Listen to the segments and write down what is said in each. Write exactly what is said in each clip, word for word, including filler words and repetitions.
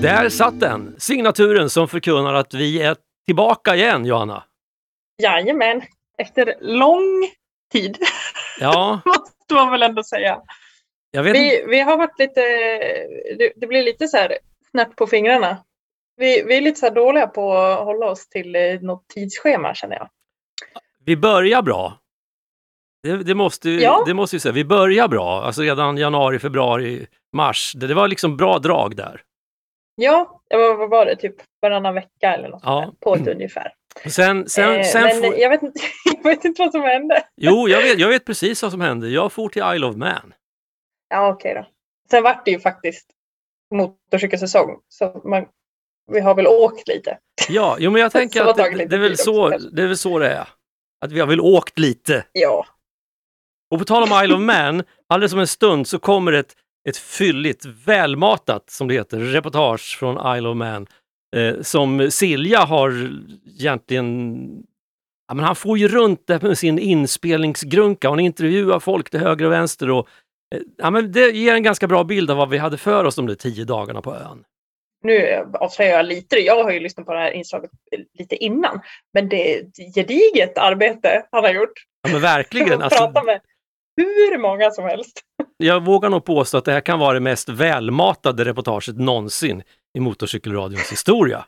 Där satt den, signaturen som förkunnar att vi är tillbaka igen, Johanna. Jajamän, efter lång tid. Ja. Måste man väl ändå säga. Jag vet vi, vi har varit lite, det, det blir lite så här snabbt på fingrarna. Vi, vi är lite så här dåliga på att hålla oss till något tidsschema, känner jag. Vi börjar bra. Det, det, måste, ja. det måste ju säga. Vi börjar bra. Alltså redan januari, februari, mars. Det, det var liksom bra drag där. Ja, vad var det? Typ varannan vecka eller något ja. där, på ett ungefär. Sen, sen, eh, sen men for... jag, vet inte, jag vet inte vad som hände. Jo, jag vet, jag vet precis vad som hände. Jag for till Isle of Man. Ja, okej okay då. Sen var det ju faktiskt motorcykelsäsong. Så man, vi har väl åkt lite. Ja, jo, men jag tänker att det, det, är väl så, det är väl så det är. Att vi har väl åkt lite. Ja. Och på tal om Isle of Man, alldeles om en stund så kommer ett, ett fylligt, välmatat, som det heter, reportage från Isle of Man. Eh, som Silja har egentligen... Ja, men han får ju runt det med sin inspelningsgrunka. Hon intervjuar folk till höger och vänster. Och, eh, ja, men det ger en ganska bra bild av vad vi hade för oss de där tio dagarna på ön. Nu avslöjar jag lite. Jag har ju lyssnat på det här inslaget lite innan. Men det är ett gediget arbete han har gjort. Ja, men verkligen. Alltså, prata med hur många som helst. Jag vågar nog påstå att det här kan vara det mest välmatade reportaget någonsin i motorcykelradions historia.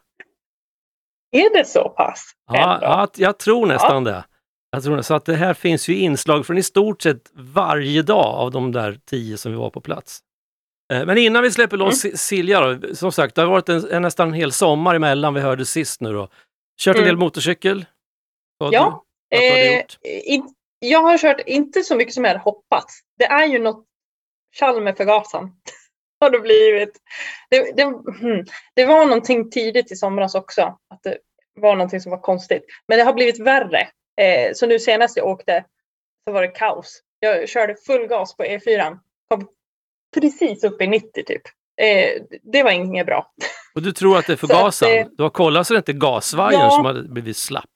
Är det så pass? Ja, ja jag tror nästan ja. det. Jag tror, så att det här finns ju inslag från i stort sett varje dag av de där tio som vi var på plats. Men innan vi släpper loss mm. Silja då, som sagt, det har varit en, en nästan en hel sommar emellan vi hörde sist nu då. Kört en mm. del motorcykel? Vad ja, du, vad har du gjort? Eh, in, jag har kört inte så mycket som jag hade hoppats. Det är ju något tjall med förgasaren. Har det blivit. Det, det, hmm, det var någonting tidigt i somras också. Att det var någonting som var konstigt. Men det har blivit värre. Eh, så nu senast jag åkte så var det kaos. Jag körde full gas på E fyra. Kom precis upp i nittio typ. Eh, det var inget bra. Och du tror att det är förgasaren? Att, du har kollat så det inte gasvajern ja, som hade blivit slapp?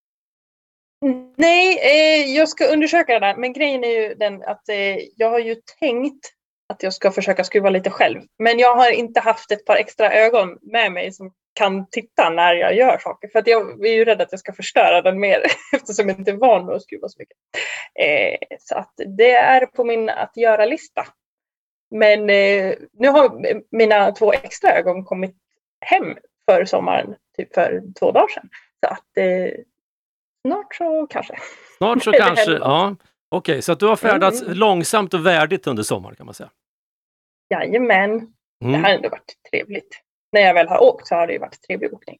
Nej, eh, jag ska undersöka det där. Men grejen är ju den att eh, jag har ju tänkt att jag ska försöka skruva lite själv. Men jag har inte haft ett par extra ögon med mig som kan titta när jag gör saker. För att jag är ju rädd att jag ska förstöra den mer eftersom jag inte är van med att skruva så mycket. Eh, så att det är på min att göra-lista. Men eh, nu har mina två extra ögon kommit hem för sommaren, typ för två dagar sedan. Så att eh, snart så kanske. Snart så kanske, ja. Okej, okay, så att du har färdats mm. långsamt och värdigt under sommaren kan man säga. Jajamän. Mm. Det har ändå varit trevligt. När jag väl har åkt så har det ju varit trevlig åkning.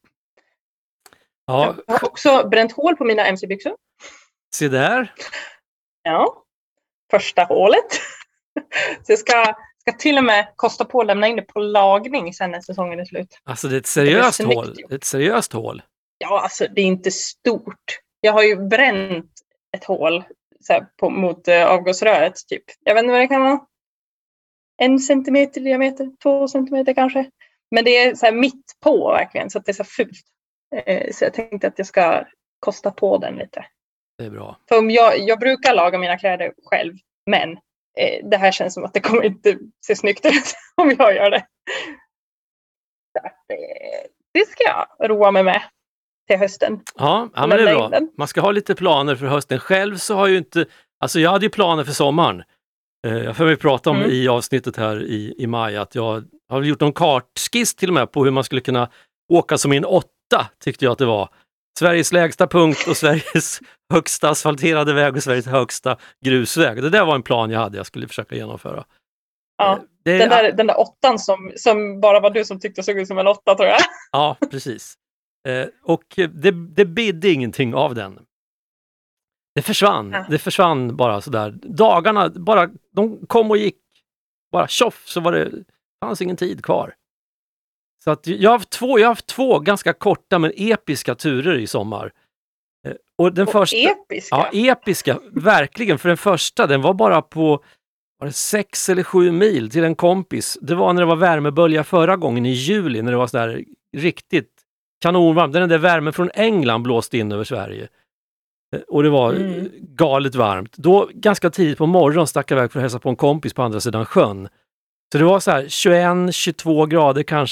Ja. Jag har också bränt hål på mina M C-byxor. Se där. Ja. Första hålet. Så jag ska, ska till och med kosta på att lämna in det på lagning sen när säsongen är slut. Alltså det är ett seriöst det hål. Det är ett seriöst hål. Ja, alltså det är inte stort. Jag har ju bränt ett hål så här, på, mot uh, avgasröret typ. Jag vet inte vad det kan vara. En centimeter diameter, två centimeter kanske. Men det är så här mitt på verkligen så att det är så fult. Eh, så jag tänkte att jag ska kosta på den lite. Det är bra. För om jag, jag brukar laga mina kläder själv. Men eh, det här känns som att det kommer inte se snyggt ut om jag gör det. Så att, eh, det ska jag roa mig med till hösten. Ja, ja men det är bra. Man ska ha lite planer för hösten. Själv så har jag ju inte... Alltså jag hade ju planer för sommaren. Jag får vi prata om mm. i avsnittet här i, i maj att jag har gjort en kartskiss till och med på hur man skulle kunna åka som en åtta, tyckte jag att det var. Sveriges lägsta punkt och Sveriges högsta asfalterade väg och Sveriges högsta grusväg. Det där var en plan jag hade, jag skulle försöka genomföra. Ja, det, den, där, den där åttan som, som bara var du som tyckte såg ut som en åtta tror jag. Ja, precis. Eh, och det, det bidde ingenting av den. Det försvann. Ja. Det försvann bara sådär. Dagarna, bara, de kom och gick. Bara tjoff så var det, fanns ingen tid kvar. Så att jag har haft två, jag har haft två ganska korta men episka turer i sommar. Och den och första... Episka? Ja, episka. Verkligen. För den första, den var bara på var det sex eller sju mil till en kompis. Det var när det var värmebölja förra gången i juli. När det var sådär riktigt kanonvarmt. Den där värmen från England blåste in över Sverige. Och det var mm. galet varmt. Då ganska tidigt på morgonen stack jag iväg för att hälsa på en kompis på andra sidan sjön. Så det var så här tjugoett till tjugotvå grader kanske.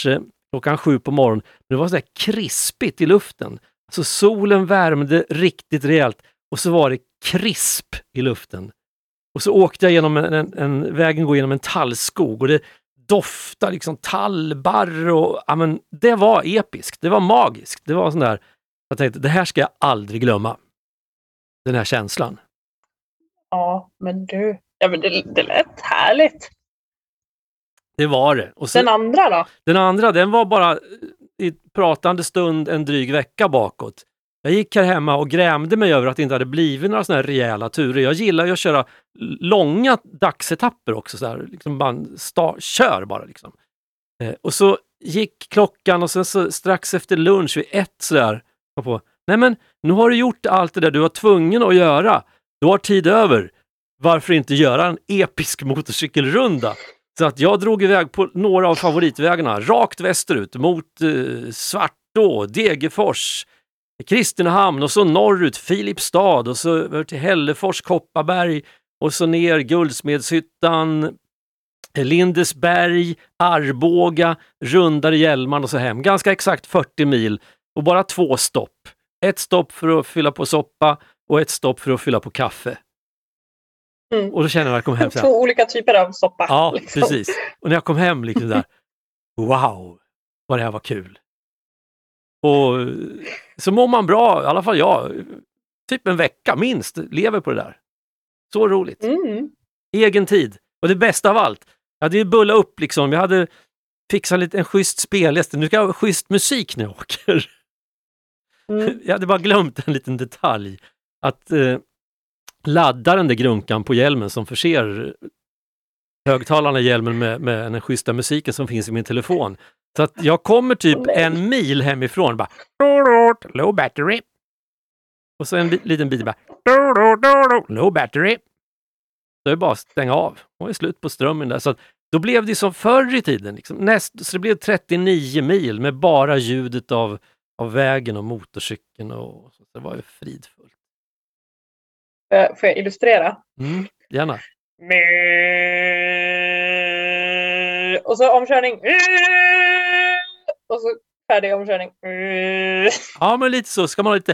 klockan sju på morgonen. Det var så där krispigt i luften. Så solen värmde riktigt rejält och så var det krisp i luften. Och så åkte jag genom en, en, en vägen går genom en tallskog och det doftade liksom tallbarr och ja, men det var episkt, det var magiskt. Det var sån där, jag tänkte, det här ska jag aldrig glömma. Den här känslan. Ja, men du, ja, men det, det lät härligt. Det var det. Och så, den andra då? Den andra, den var bara i pratande stund en dryg vecka bakåt. Jag gick här hemma och grämde mig över att det inte hade blivit några såna här rejäla turer. Jag gillar ju att köra långa dagsetapper också. Så här, liksom bara sta- kör bara liksom. Eh, och så gick klockan och sen så strax efter lunch vid ett sådär. På, nej men, nu har du gjort allt det där du var tvungen att göra. Du har tid över. Varför inte göra en episk motorcykelrunda? Så att jag drog iväg på några av favoritvägarna. Rakt västerut mot eh, Svartå, Degerfors, Kristinehamn och så norrut Filipstad och så över till Hällefors, Kopparberg och så ner Guldsmedshyttan, Lindesberg, Arboga, rundare Hjälman och så hem. Ganska exakt fyrtio mil och bara två stopp. Ett stopp för att fylla på soppa och ett stopp för att fylla på kaffe. Mm. Och då känner jag när jag kom hem så här, två olika typer av soppa. ja, liksom. Precis. Och när jag kom hem liksom där, wow, vad det här var kul. Och så mår man bra, i alla fall jag, typ en vecka minst, lever på det där. Så roligt. Mm. Egen tid. Och det bästa av allt, jag hade ju bullat upp liksom, jag hade fixat lite en schysst spellista. Nu ska jag ha schysst musik när jag åker. Mm. Jag hade bara glömt en liten detalj. Att eh, ladda den där grunkan på hjälmen som förser högtalarna i hjälmen med, med den schyssta musiken som finns i min telefon. Så att jag kommer typ oh, en mil hemifrån bara low battery. Och så en bi- liten bit bara low battery. Så är det bara att stänga av. Och är slut på strömmen där. Så att då blev det som förr i tiden. Liksom. Näst, så det blev trettionio mil med bara ljudet av, av vägen och motorcykeln. Och, så det var ju fridfullt. Får jag illustrera? Mm, gärna. Och så omkörning. Och så färdig omkörning. Ja, men lite så. Ska man ha lite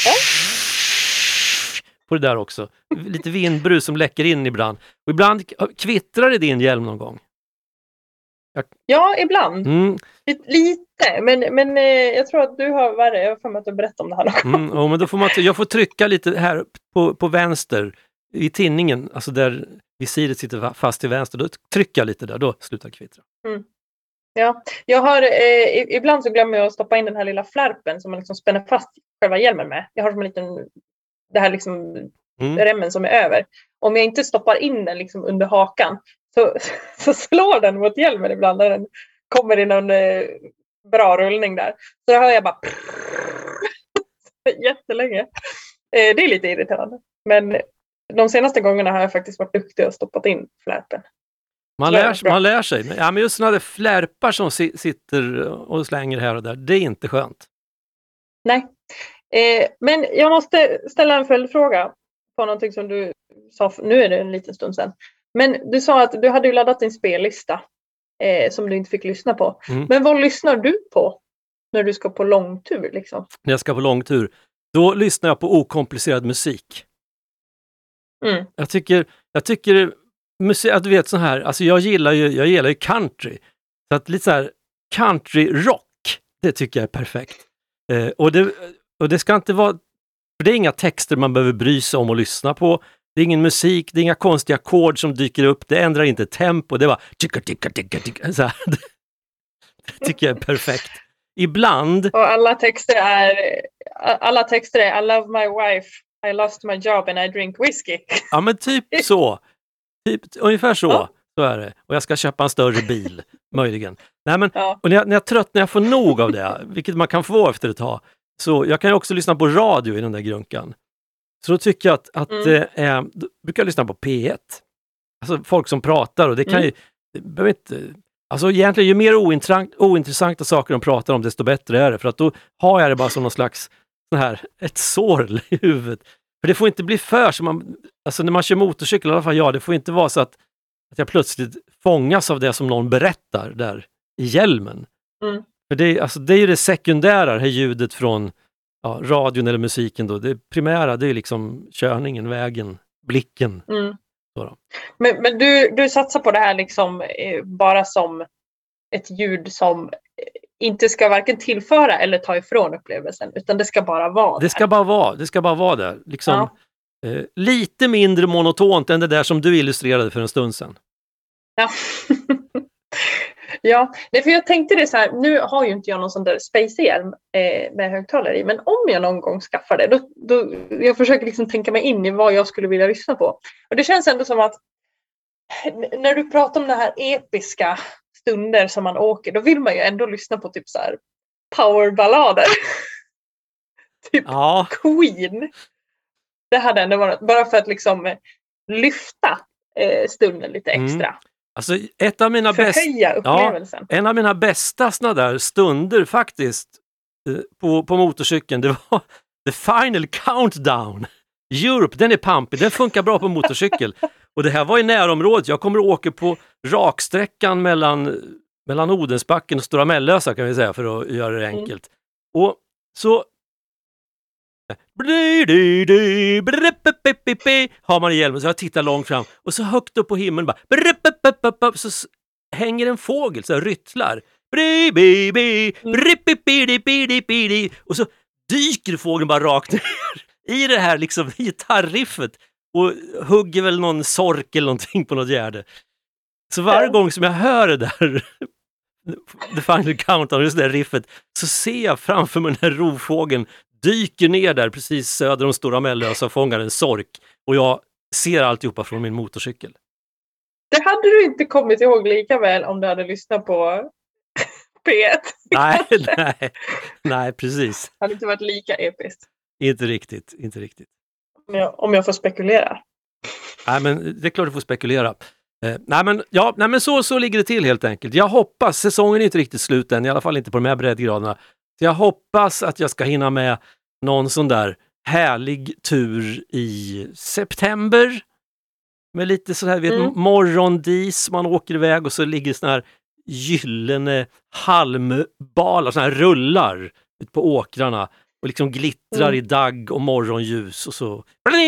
på det där också. Lite vindbrus som läcker in ibland. Och ibland kvittrar det din hjälm någon gång. Jag... Ja, ibland. Mm. Lite. Men, men jag tror att du har värre. Jag får mig att du berätta om det här någon gång. Mm, ja, men då får man t- jag får trycka lite här på, på vänster i tinningen. Alltså där visiret sitter fast till vänster. Då trycker jag lite där. Då slutar kvittra. Mm. Ja, jag har eh, ibland så glömmer jag att stoppa in den här lilla flärpen som man liksom spänner fast själva hjälmen med. Jag har som en liten, det här liksom mm. remmen som är över. Om jag inte stoppar in den liksom under hakan så, så slår den mot hjälmen ibland när den kommer i någon eh, bra rullning där. Så då hör jag bara jättelänge. Eh, det är lite irriterande. Men de senaste gångerna har jag faktiskt varit duktig och stoppat in flärpen. Man lär, man lär sig. Ja, men just sådana där flärpar som si- sitter och slänger här och där, det är inte skönt. Nej. Eh, men jag måste ställa en följdfråga på någonting som du sa, nu är det en liten stund sedan. Men du sa att du hade ju laddat din spellista eh, som du inte fick lyssna på. Mm. Men vad lyssnar du på när du ska på långtur? Liksom? När jag ska på långtur, då lyssnar jag på okomplicerad musik. Mm. Jag tycker, jag tycker musik, att du vet så här, alltså jag gillar ju, jag gillar ju country. Så att lite så här country rock, det tycker jag är perfekt. Eh, och, det, och det ska inte vara, för det är inga texter man behöver bry sig om att lyssna på. Det är ingen musik, det är inga konstiga ackord som dyker upp, det ändrar inte tempo, det var ticka ticka ticka ticka så här. Det tycker jag är perfekt. Ibland... Och alla texter är, alla texter är I love my wife, I lost my job and I drink whiskey. Ja, men typ så. Typ, ungefär så. Ja. Så är det. Och jag ska köpa en större bil, möjligen. Nej, men, ja. Och när jag, när jag tröttnar, jag får nog av det, vilket man kan få efter ett tag. Så jag kan ju också lyssna på radio i den där grunkan. Så då tycker jag att, att mm. eh, då brukar jag lyssna på P ett. Alltså folk som pratar och det kan mm. ju, det behöver inte, alltså egentligen ju mer ointressant, ointressanta saker de pratar om desto bättre är det. För att då har jag det bara som någon slags, sån här, ett sorl i huvudet. För det får inte bli för så man, alltså när man kör motorcykel i alla fall, ja, det får inte vara så att, att jag plötsligt fångas av det som någon berättar där i hjälmen. Mm. För det, är, alltså, det är ju det sekundära, det här ljudet från ja, radion eller musiken. Då. Det primära, det är liksom körningen, vägen, blicken. Mm. Men, men du, du satsar på det här liksom eh, bara som ett ljud som inte ska varken tillföra eller ta ifrån upplevelsen, utan det ska bara vara det ska bara vara, det ska bara vara där. Liksom, ja. eh, lite mindre monotont än det där som du illustrerade för en stund sedan. Ja, ja, det för jag tänkte det så här, nu har ju inte jag någon sån där Space-hjälm eh, med högtalare i, men om jag någon gång skaffar det, då, då jag försöker liksom tänka mig in i vad jag skulle vilja lyssna på. Och det känns ändå som att när du pratar om det här episka stunder som man åker, då vill man ju ändå lyssna på typ så här powerballader. Typ ja. Queen. Det hade ändå varit, bara för att liksom lyfta eh, stunden lite extra. Mm. Alltså ett av mina bästa, ja, en av mina bästa såna där stunder faktiskt eh, på, på motorcykeln, det var The Final Countdown. Europe, den är pampig, den funkar bra på motorcykel. Och det här var i närområdet. Jag kommer att åka på raksträckan mellan, mellan Odensbacken och Stora Mellösa kan vi säga, för att göra det enkelt. Mm. Och så har man i hjälmen, så jag tittar långt fram och så högt upp på himlen bara så hänger en fågel så här, ryttlar och så dyker fågeln bara rakt ner i det här liksom gitarriffet och hugger väl någon sork eller någonting på något gärde. Så varje gång som jag hör det där The Final Countdown, just det där riffet, så ser jag framför mig den här rovfågeln dyker ner där precis söder om Stora Mellösa och fångar en sork. Och jag ser alltihopa från min motorcykel. Det hade du inte kommit ihåg lika väl om du hade lyssnat på P ett. Nej, nej, nej, precis. Det hade inte varit lika episkt. Inte riktigt, inte riktigt. Om jag, om jag får spekulera. Nej, men det är klart du får spekulera. Eh, nej, men, ja, nej, men så, så ligger det till helt enkelt. Jag hoppas, säsongen är inte riktigt slut än, i alla fall inte på de här breddgraderna. Så jag hoppas att jag ska hinna med någon sån där härlig tur i september. Med lite så här, vet, mm. morgondis, man åker iväg och så ligger såna här gyllene halmbalar, såna här rullar ut på åkrarna och liksom glittrar mm. i dagg och morgonljus och så.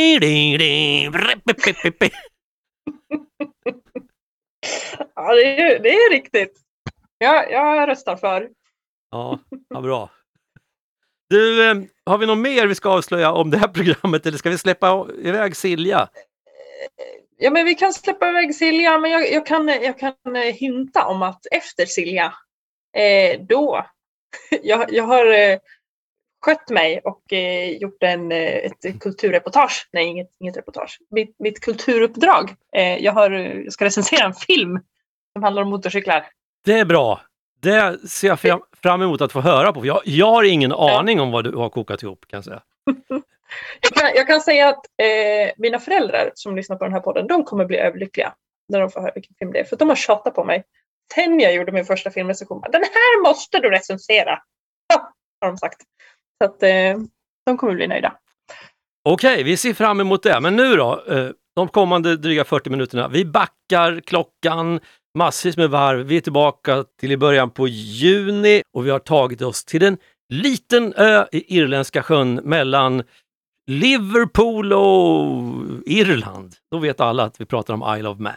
Ja, det är, det är riktigt. Jag, jag röstar för. Ja, ja, bra. Du, har vi något mer vi ska avslöja om det här programmet, eller ska vi släppa iväg Silja? Ja, men vi kan släppa iväg Silja, men jag, jag, kan, jag kan hinta om att efter Silja, eh, då, jag, jag har eh, skött mig och eh, gjort en, ett kulturreportage, nej inget, inget reportage, mitt, mitt kulturuppdrag. Eh, jag, har, jag ska recensera en film som handlar om motorcyklar. Det är bra. Det ser jag fram, fram emot att få höra på. Jag, jag har ingen aning ja. om vad du har kokat ihop, kan jag säga. jag, kan, jag kan säga att eh, mina föräldrar som lyssnar på den här podden, de kommer bli överlyckliga när de får höra vilken film det är. För de har tjatat på mig. Sen jag gjorde min första filmrecension. Den här måste du recensera. Ja, har de sagt. Så att eh, de kommer bli nöjda. Okej, okay, vi ser fram emot det. Men nu då, eh, de kommande dryga fyrtio minuterna. Vi backar klockan massvis med varv. Vi är tillbaka till i början på juni och vi har tagit oss till en liten ö i Irländska sjön mellan Liverpool och Irland. Då vet alla att vi pratar om Isle of Man.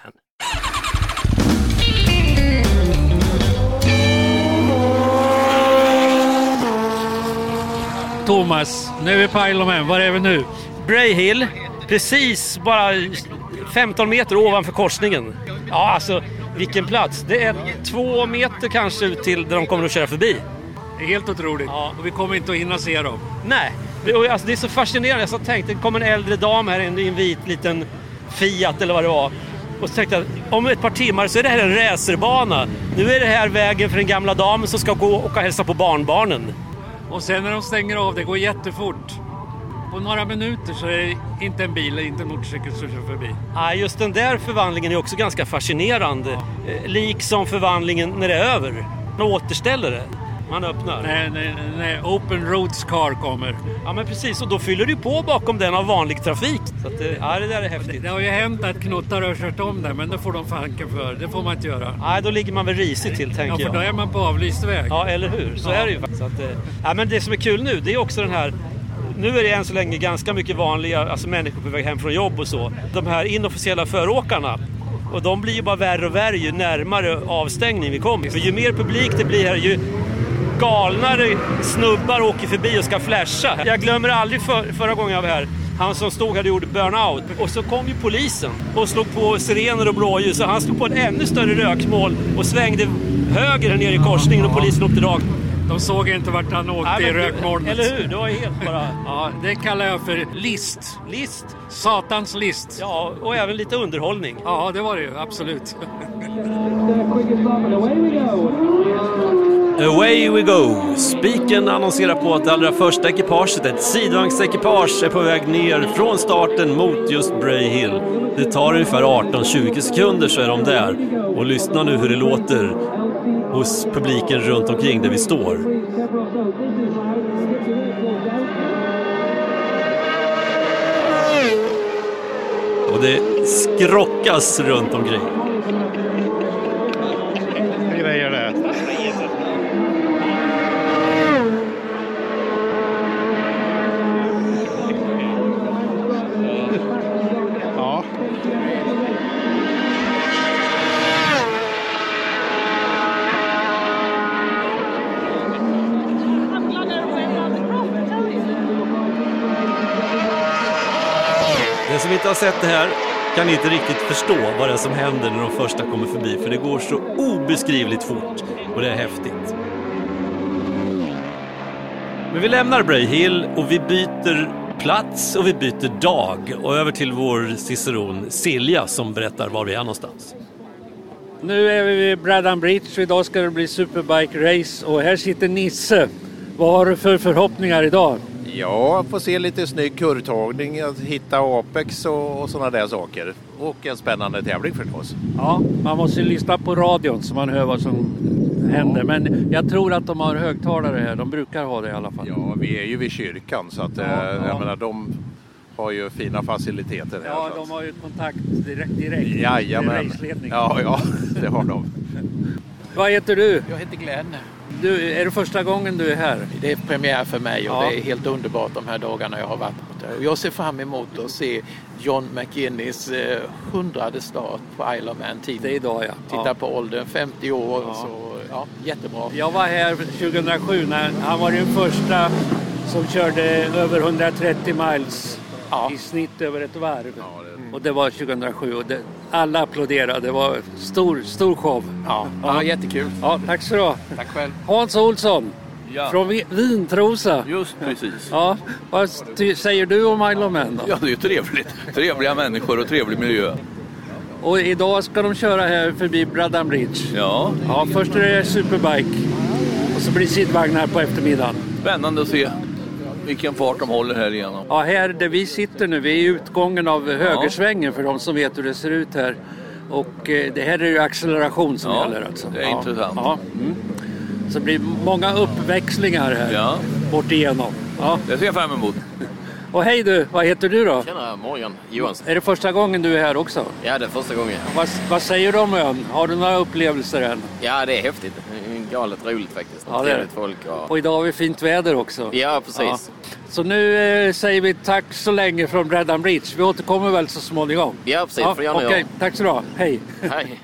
Thomas, nu är vi på Isle of Man. Var är vi nu? Bray Hill, precis bara femton meter ovanför korsningen. Ja, alltså vilken plats. Det är två meter kanske ut till där de kommer att köra förbi. Det är helt otroligt. Ja. Och vi kommer inte att hinna se dem. Nej, det, alltså, det är så fascinerande. Jag så tänkte, det kom en äldre dam här i en, en vit liten Fiat eller vad det var. Och så tänkte jag, om ett par timmar så är det här en racerbana. Nu är det här vägen för den gamla damen som ska gå och hälsa på barnbarnen. Och sen när de stänger av, det går jättefort. På några minuter så är det inte en bil, inte en motorcykel som kör förbi. Ja, just den där förvandlingen är också ganska fascinerande. Ja. Liksom förvandlingen när det är över. Man återställer det. Man öppnar. Nej, nej, nej, Open Roads Car kommer. Ja men precis, och då fyller du på bakom den av vanlig trafik. Så att, ja, det där är häftigt. Det, det har ju hänt att knuttar har kört om där, men det får de fanken för. Det får man inte göra. Nej, då ligger man väl risigt till, tänker jag. Ja, för då är man på avlyst väg. Ja, eller hur? Så ja. Är det ju faktiskt. Så att, ja, men det som är kul nu, det är också den här... Nu är det än så länge ganska mycket vanliga alltså människor på väg hem från jobb och så. De här inofficiella föråkarna. Och de blir ju bara värre och värre ju närmare avstängning vi kommer. För ju mer publik det blir här, ju galnare snubbar åker förbi och ska flasha. Jag glömmer aldrig för, förra gången jag var här. Han som stod här och gjorde burnout. Och så kom ju polisen och slog på sirener och blåljus. Så han slog på ett ännu större rökmål och svängde höger här nere i korsningen och polisen åkte rakt. De såg inte vart han åkte ja, i rökmolnet. Eller hur? Det var helt bara... Ja, det kallar jag för list. List? Satans list. Ja, och även lite underhållning. Ja, det var det ju. Absolut. Away we go! Spiken annonserar på att det allra första ekipaget, ett sidvagnsekipage, är på väg ner från starten mot just Bray Hill. Det tar ungefär arton till tjugo sekunder så är de där. Och lyssna nu hur det låter hos publiken runt omkring där vi står. Och det skrockas runt omkring. Grejer det. Ja. Den som inte har sett det här kan inte riktigt förstå vad det är som händer när de första kommer förbi. För det går så obeskrivligt fort och det är häftigt. Men vi lämnar Bray Hill och vi byter plats och vi byter dag. Och över till vår ciceron Silja som berättar var vi är någonstans. Nu är vi vid Bradham Bridge och idag ska det bli Superbike Race. Och här sitter Nisse. Vad har du för förhoppningar idag? Ja, få se lite snygg kurvtagning, att hitta Apex och, och sådana där saker. Och en spännande tävling förstås. Ja, man måste lyssna på radion så man hör vad som händer. Men jag tror att de har högtalare här. De brukar ha det i alla fall. Ja, vi är ju vid kyrkan så att ja, jag ja. menar, de har ju fina faciliteter här. Ja, de har ju kontakt direkt, direkt Jajamän. Ja, ja, det har de. Vad heter du? Jag heter Glenn. Du, är det första gång du är här? Det är premiär för mig och ja. det är helt underbart de här dagarna jag har varit. Jag ser fram emot att se John McGinnis eh, hundrade start på Isle of Man. Det är idag, ja. Titta ja. på åldern, femtio år. Ja. Så, ja, jättebra. Jag var här tjugohundrasju när han var den första som körde över hundratrettio miles ja. i snitt över ett varv. Ja, det... Och det var tjugohundrasju och det, alla applåderade. Det var stor, stor show. Ja, ja. ja jättekul. Ja, tack så du ha. Tack själv. Hans Olsson. Ja. Från Vintrosa. Just precis. Ja, vad säger du om Isle of Man då? Ja, det är trevligt. Trevliga människor och trevlig miljö. Och idag ska de köra här förbi Bradham Bridge. Ja. Ja, först är det Superbike och så blir det sidvagnar på eftermiddagen. Spännande att se vilken fart de håller här igenom. Ja, här där vi sitter nu, vi är i utgången av högersvängen för de som vet hur det ser ut här. Och eh, det här är ju acceleration som ja, gäller alltså. Det är ja. intressant. Ja. Mm. Så det blir många uppväxlingar här ja. bort igenom. Ja. Det ser jag fram emot. Och hej du, vad heter du då? Tjena, Morgan Johansson. Är det första gången du är här också? Ja, det är första gången. Vad, vad säger du om ön? Har du några upplevelser än? Ja, det är häftigt. Galet roligt faktiskt. Ja, det är det. Folk och... och idag har vi fint väder också. Ja, precis. Ja. Så nu eh, säger vi tack så länge från Bradham Bridge. Vi återkommer väl så småningom. Ja, precis. Ja, Okej, okay. Tack så du ha. Hej. Hej.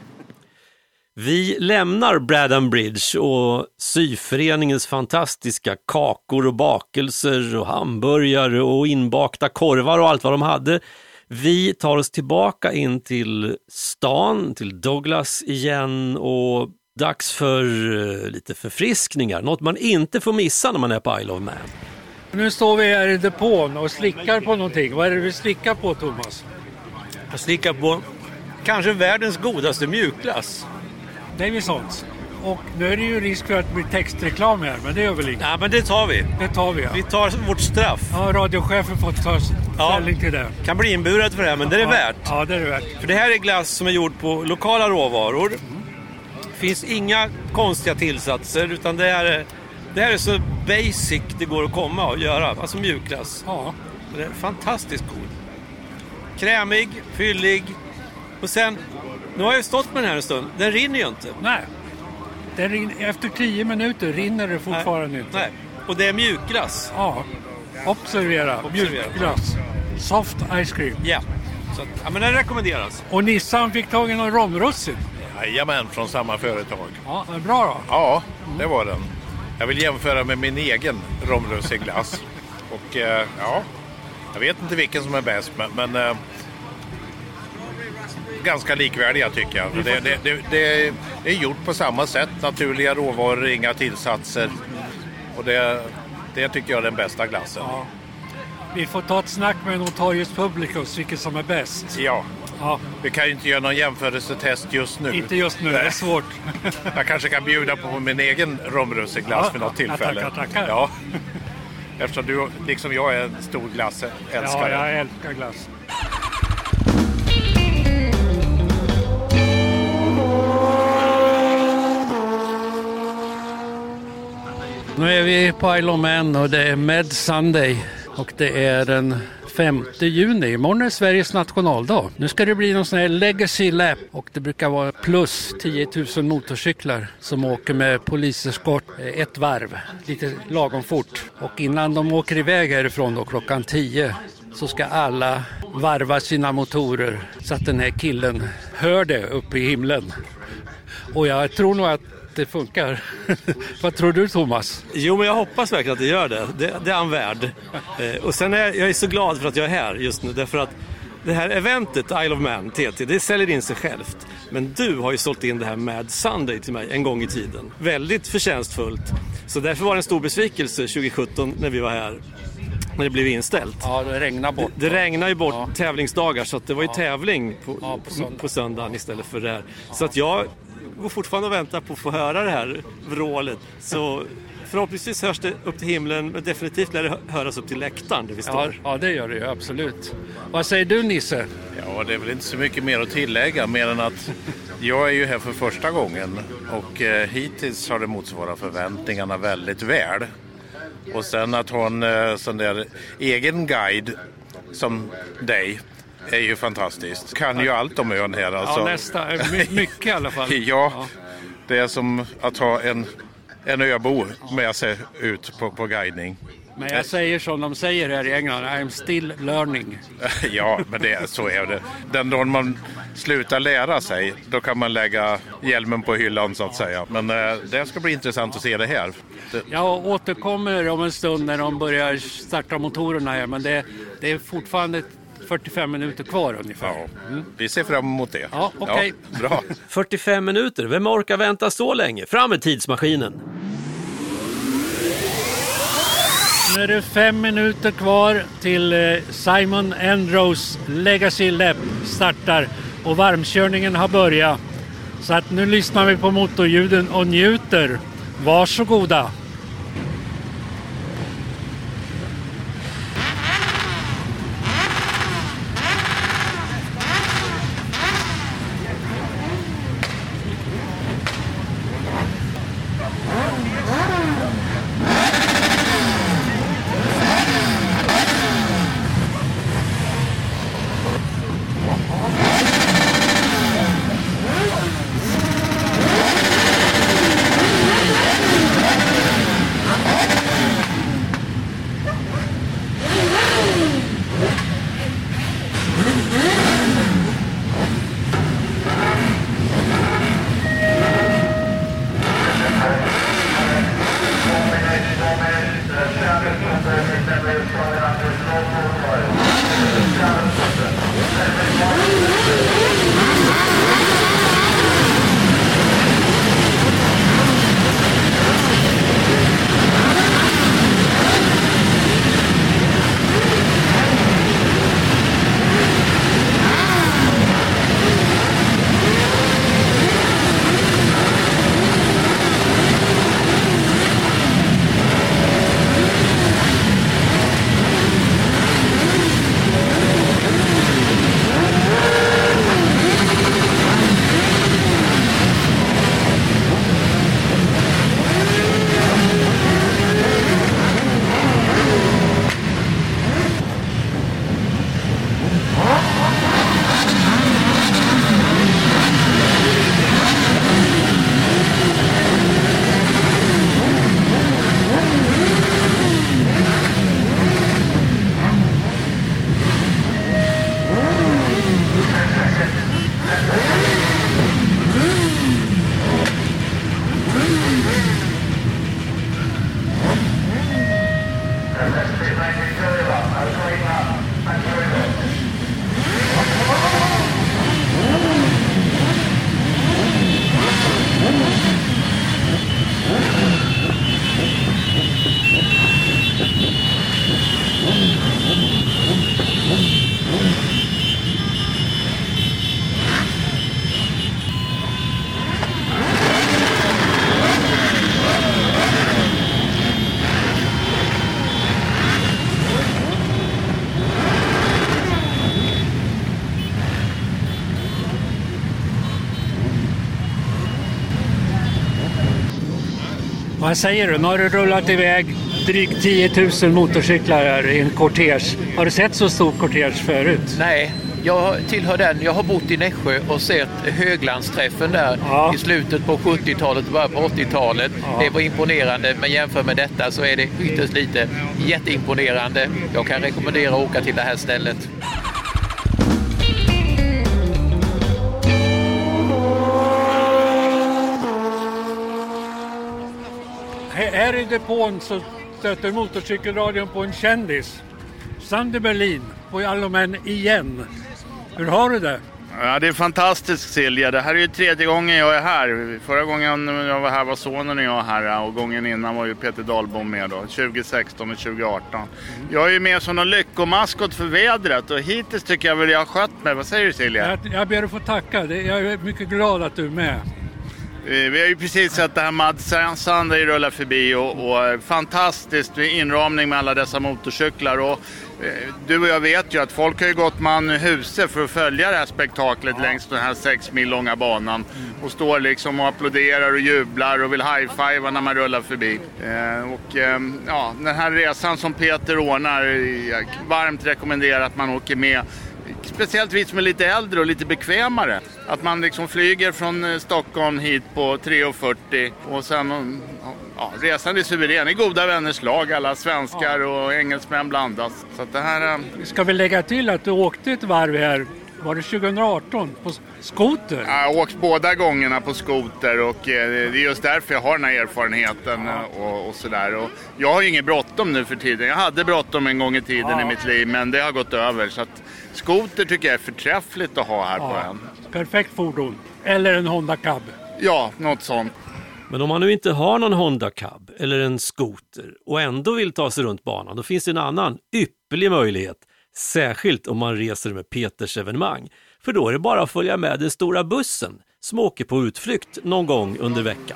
Vi lämnar Bradham Bridge och syföreningens fantastiska kakor och bakelser och hamburgare och inbakta korvar och allt vad de hade. Vi tar oss tillbaka in till stan, till Douglas igen och dags för uh, lite förfriskningar. Något man inte får missa när man är på Isle of Man. Nu står vi här i depån och slickar på någonting. Vad är det vi slickar på, Thomas? Jag slickar på kanske världens godaste mjukglass. Davisons. Och nu är det ju risk för att det blir textreklam här, men det gör väl inget. Ja, men det tar vi. Det tar vi, ja. Vi tar vårt straff. Ja, radiochefen får ta ställning ja, till det. Kan bli inburat för det här, men det är det ja, värt. Ja, det är det värt. För det här är glass som är gjord på lokala råvaror. Det finns inga konstiga tillsatser, utan det är Det här är så basic det går att komma och göra. Alltså mjukglass. Ja. Det är fantastiskt god. Krämig, fyllig. Och sen, nu har jag stått med den här en stund. Den rinner ju inte. Nej. Den rinner, efter tio minuter rinner det fortfarande Nej. inte. Nej. Och det är mjukglass. Ja. Observera. Observera. Mjukglass. Soft ice cream. Ja. Så att, ja, men den rekommenderas. Och Nissan fick tag i någon romrussin. Jajamän, från samma företag. Ja, det är bra då. Ja, det var den. Jag vill jämföra med min egen romrusseglass. Och eh, ja, jag vet inte vilken som är bäst, men, men eh, ganska likvärdiga tycker jag. Det, det, det, det är gjort på samma sätt, naturliga råvaror, inga tillsatser. Och det, det tycker jag är den bästa glassen. Ja. Vi får ta ett snack med Notorious Publicus, vilket som är bäst. Ja. Ja. Vi kan ju inte göra någon jämförelsetest just nu. Inte just nu, det är svårt. Jag kanske kan bjuda på min egen romrusseglass Ja, för något ja, tillfälle. tackar, tackar. Ja. Eftersom du, liksom jag, är en stor glassälskare. Ja, jag älskar glass. Nu är vi på Isle of Man och det är Med Sunday och det är den femte juni. Imorgon är Sveriges nationaldag. Nu ska det bli någon sån här Legacy Lap och det brukar vara plus tio tusen motorcyklar som åker med poliseskort ett varv, lite lagom fort. Och innan de åker iväg härifrån då klockan tio så ska alla varva sina motorer så att den här killen hör det uppe i himlen. Och jag tror nog att det funkar. Vad tror du, Thomas? Jo, men jag hoppas verkligen att det gör det. Det, det är han värd. Eh, och sen är jag, jag är så glad för att jag är här just nu. Därför att det här eventet, Isle of Man, T T, det säljer in sig självt. Men du har ju sålt in det här Mad Sunday till mig en gång i tiden. Väldigt förtjänstfullt. Så därför var det en stor besvikelse tjugo sjutton när vi var här. När det blev inställt. Ja, det regnar bort. Det, det regnar ju bort ja. tävlingsdagar så att det var ju ja. tävling på, ja, på, söndag. på söndagen istället för det här. Ja. Så att jag går fortfarande och väntar på att få höra det här vrålet. Så förhoppningsvis hörs det upp till himlen, men definitivt lär det höras upp till läktaren där vi står. Ja, ja, det gör det ju, absolut. Vad säger du, Nisse? Ja, det är väl inte så mycket mer att tillägga, mer än att jag är ju här för första gången och eh, hittills har det motsvarat förväntningarna väldigt väl. Och sen att ha en eh, sån där egen guide som dig är ju fantastiskt. Kan ju allt om ön här alltså. Ja, nästa. My, mycket i alla fall. ja, ja, det är som att ha en, en öbo med sig ut på, på guidning. Men jag säger som de säger här i England, I'm still learning. Ja, men det, så är det. Den dagen man slutar lära sig, då kan man lägga hjälmen på hyllan så att säga. Men eh, det ska bli intressant att se det här. Det... Jag återkommer om en stund när de börjar starta motorerna här, men det, det är fortfarande fyrtiofem minuter kvar ungefär. Ja, mm. Vi ser fram emot det. Ja, okej. Okay. Ja, bra. fyrtiofem minuter, vem orkar vänta så länge? Fram med tidsmaskinen! Nu är det fem minuter kvar till Simon Andrews Legacy Lap startar och varmkörningen har börjat. Så att nu lyssnar vi på motorljuden och njuter. Varsågoda! Vad säger du? Nu har du rullat iväg drygt tio tusen motorcyklar här i en kortege. Har du sett så stor kortege förut? Nej, jag tillhör den. Jag har bott i Nässjö och sett höglandsträffen där ja. i slutet på sjuttiotalet och början på åttiotalet. Ja. Det var imponerande, men jämfört med detta så är det ytterst lite. Jätteimponerande. Jag kan rekommendera att åka till det här stället. Här i depån så stöter motorcykelradion på en kändis. Sander Berlin på Isle of Man igen. Hur har du det? Ja, det är fantastiskt, Silja. Det här är ju tredje gången jag är här. Förra gången jag var här var sonen och jag här. Och gången innan var ju Peter Dahlbom med då. tjugo sexton och tjugo arton. Mm. Jag är ju med som någon lyckomaskot för vädret. Och hittills tycker jag väl jag har skött mig. Vad säger du, Silja? Jag, jag ber att få tacka. Jag är mycket glad att du är med. Vi har ju precis sett det här Mad Sunday rulla förbi och, och fantastiskt inramning med alla dessa motorcyklar. Och, eh, du och jag vet ju att folk har ju gått man huset för att följa det här spektaklet ja. längs den här sex mil långa banan. Mm. Och står liksom och applåderar och jublar och vill high-fiva när man rullar förbi. Eh, och eh, ja, den här resan som Peter ordnar, jag varmt rekommenderar att man åker med. Speciellt vi som är lite äldre och lite bekvämare. Att man liksom flyger från Stockholm hit på tre fyrtio och sen ja, resan är suverän. I goda vänners lag, alla svenskar och engelsmän blandas. Så att det här... Ska vi lägga till att du åkte ett varv här, var det tjugo arton, på skoter? Jag har åkt båda gångerna på skoter och det är just därför jag har den här erfarenheten ja. och, och sådär. Och jag har ju ingen bråttom nu för tiden. Jag hade bråttom en gång i tiden ja. i mitt liv, men det har gått över. Så att skoter tycker jag är förträffligt att ha här ja. på en. Perfekt fordon. Eller en Honda Cab. Ja, något sånt. Men om man nu inte har någon Honda Cab eller en skoter och ändå vill ta sig runt banan, då finns det en annan ypperlig möjlighet. Särskilt om man reser med Peters evenemang. För då är det bara att följa med den stora bussen som åker på utflykt någon gång under veckan.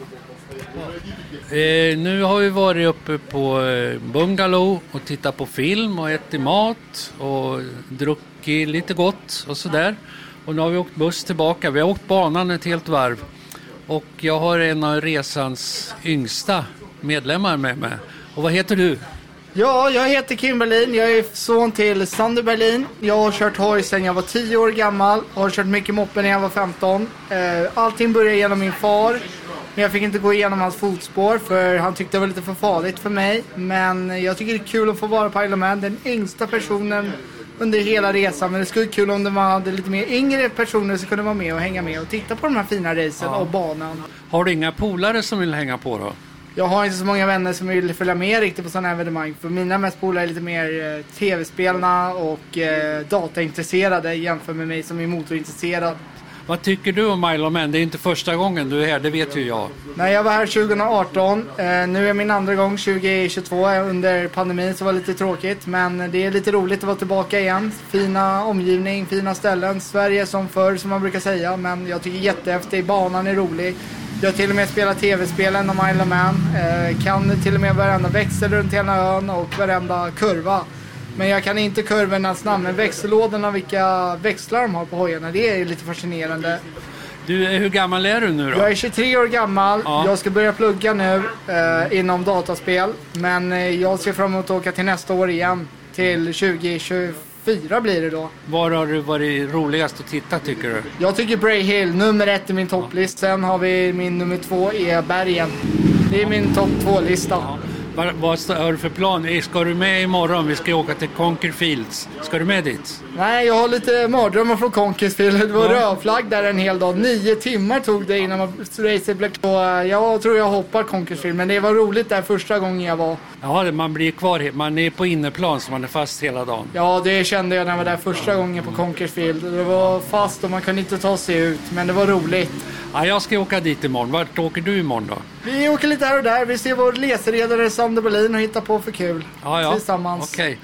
Eh, nu har vi varit uppe på eh, Bungalow och tittat på film och ätit mat och druckit lite gott och sådär. Och nu har vi åkt buss tillbaka. Vi har åkt banan ett helt varv. Och jag har en av resans yngsta medlemmar med mig. Och vad heter du? Ja, jag heter Kim Berlin. Jag är son till Sander Berlin. Jag har kört hoj sedan jag var tio år gammal. Har kört mycket moppen när jag var femton. Allting började genom min far. Men jag fick inte gå igenom hans fotspår för han tyckte det var lite för farligt för mig. Men jag tycker det är kul att få vara på Isle of Man. Den yngsta personen under hela resan. Men det skulle vara kul om det var lite mer yngre personer som kunde vara med och hänga med och titta på de här fina racen ja. och banan. Har du inga polare som vill hänga på då? Jag har inte så många vänner som vill följa med riktigt på sådana här evenemang. För mina mest polare är lite mer eh, tv-spelarna och eh, dataintresserade jämfört med mig som är motorintresserad. Vad tycker du om Isle of Man? Det är inte första gången du är här, det vet ju jag. Nej, jag var här tjugo arton. Eh, nu är min andra gång tjugo tjugotvå under pandemin, så var det lite tråkigt. Men det är lite roligt att vara tillbaka igen. Fina omgivning, fina ställen. Sverige som förr, som man brukar säga. Men jag tycker jättehäftigt. Banan är rolig. Jag har till och med spelat tv-spelen om Isle of Man. Eh, kan till och med varenda växel runt hela ön och varenda kurva. Men jag kan inte kurvornas namn. Men växellådorna, vilka växlar de har på hojarna, det är lite fascinerande. Du, hur gammal är du nu då? Jag är tjugotre år gammal. Ja. Jag ska börja plugga nu eh, inom dataspel. Men eh, jag ser fram emot att åka till nästa år igen. Till tjugo tjugofyra blir det då. Var har du varit roligast att titta tycker du? Jag tycker Bray Hill, nummer ett i min topplist. Sen har vi min nummer två är Bergen. Det är min topp två-lista. Ja. Vad, vad har du för plan? Ska du med imorgon? Vi ska åka till Conkerfields. Ska du med dit? Nej, jag har lite mardrömmar från Conkerfield. Det var ja. rödflagg där en hel dag. Nio timmar tog det innan man racet blev klar. Jag tror jag hoppar Conkerfield, men det var roligt där första gången jag var. Ja, man blir kvar. Man är på innerplan så man är fast hela dagen. Ja, det kände jag när jag var där första gången på Conkerfield. Det var fast och man kunde inte ta sig ut, men det var roligt. Ja, jag ska åka dit imorgon. Vart åker du imorgon då? Vi åker lite här och där. Vi ser vår leseredare Sander Berlin och hittar på för kul. Ja, ja. Tillsammans. Okej.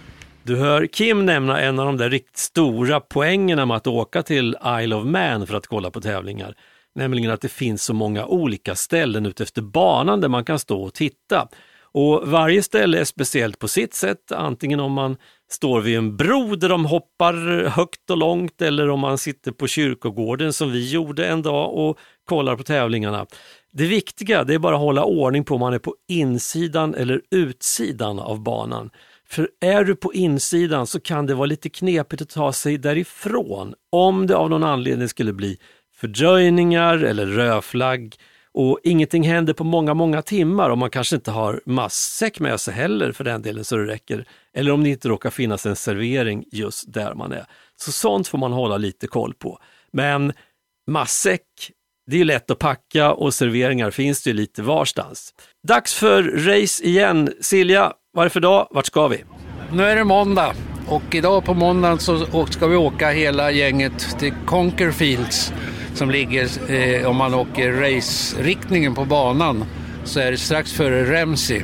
Du hör Kim nämna en av de där riktigt stora poängerna med att åka till Isle of Man för att kolla på tävlingar. Nämligen att det finns så många olika ställen ute efter banan där man kan stå och titta. Och varje ställe är speciellt på sitt sätt, antingen om man står vid en bro där de hoppar högt och långt, eller om man sitter på kyrkogården som vi gjorde en dag och kollar på tävlingarna. Det viktiga det är bara att hålla ordning på om man är på insidan eller utsidan av banan. För är du på insidan så kan det vara lite knepigt att ta sig därifrån om det av någon anledning skulle bli fördröjningar eller rödflagg och ingenting händer på många, många timmar och man kanske inte har matsäck med sig heller för den delen så det räcker. Eller om det inte råkar finnas en servering just där man är. Så sånt får man hålla lite koll på. Men matsäck, det är ju lätt att packa och serveringar finns det ju lite varstans. Dags för race igen. Silja, vad är det för dag? Vart ska vi? Nu är det måndag och idag på måndagen så ska vi åka hela gänget till Conquer Fields som ligger, eh, om man åker race-riktningen på banan så är det strax före Ramsey.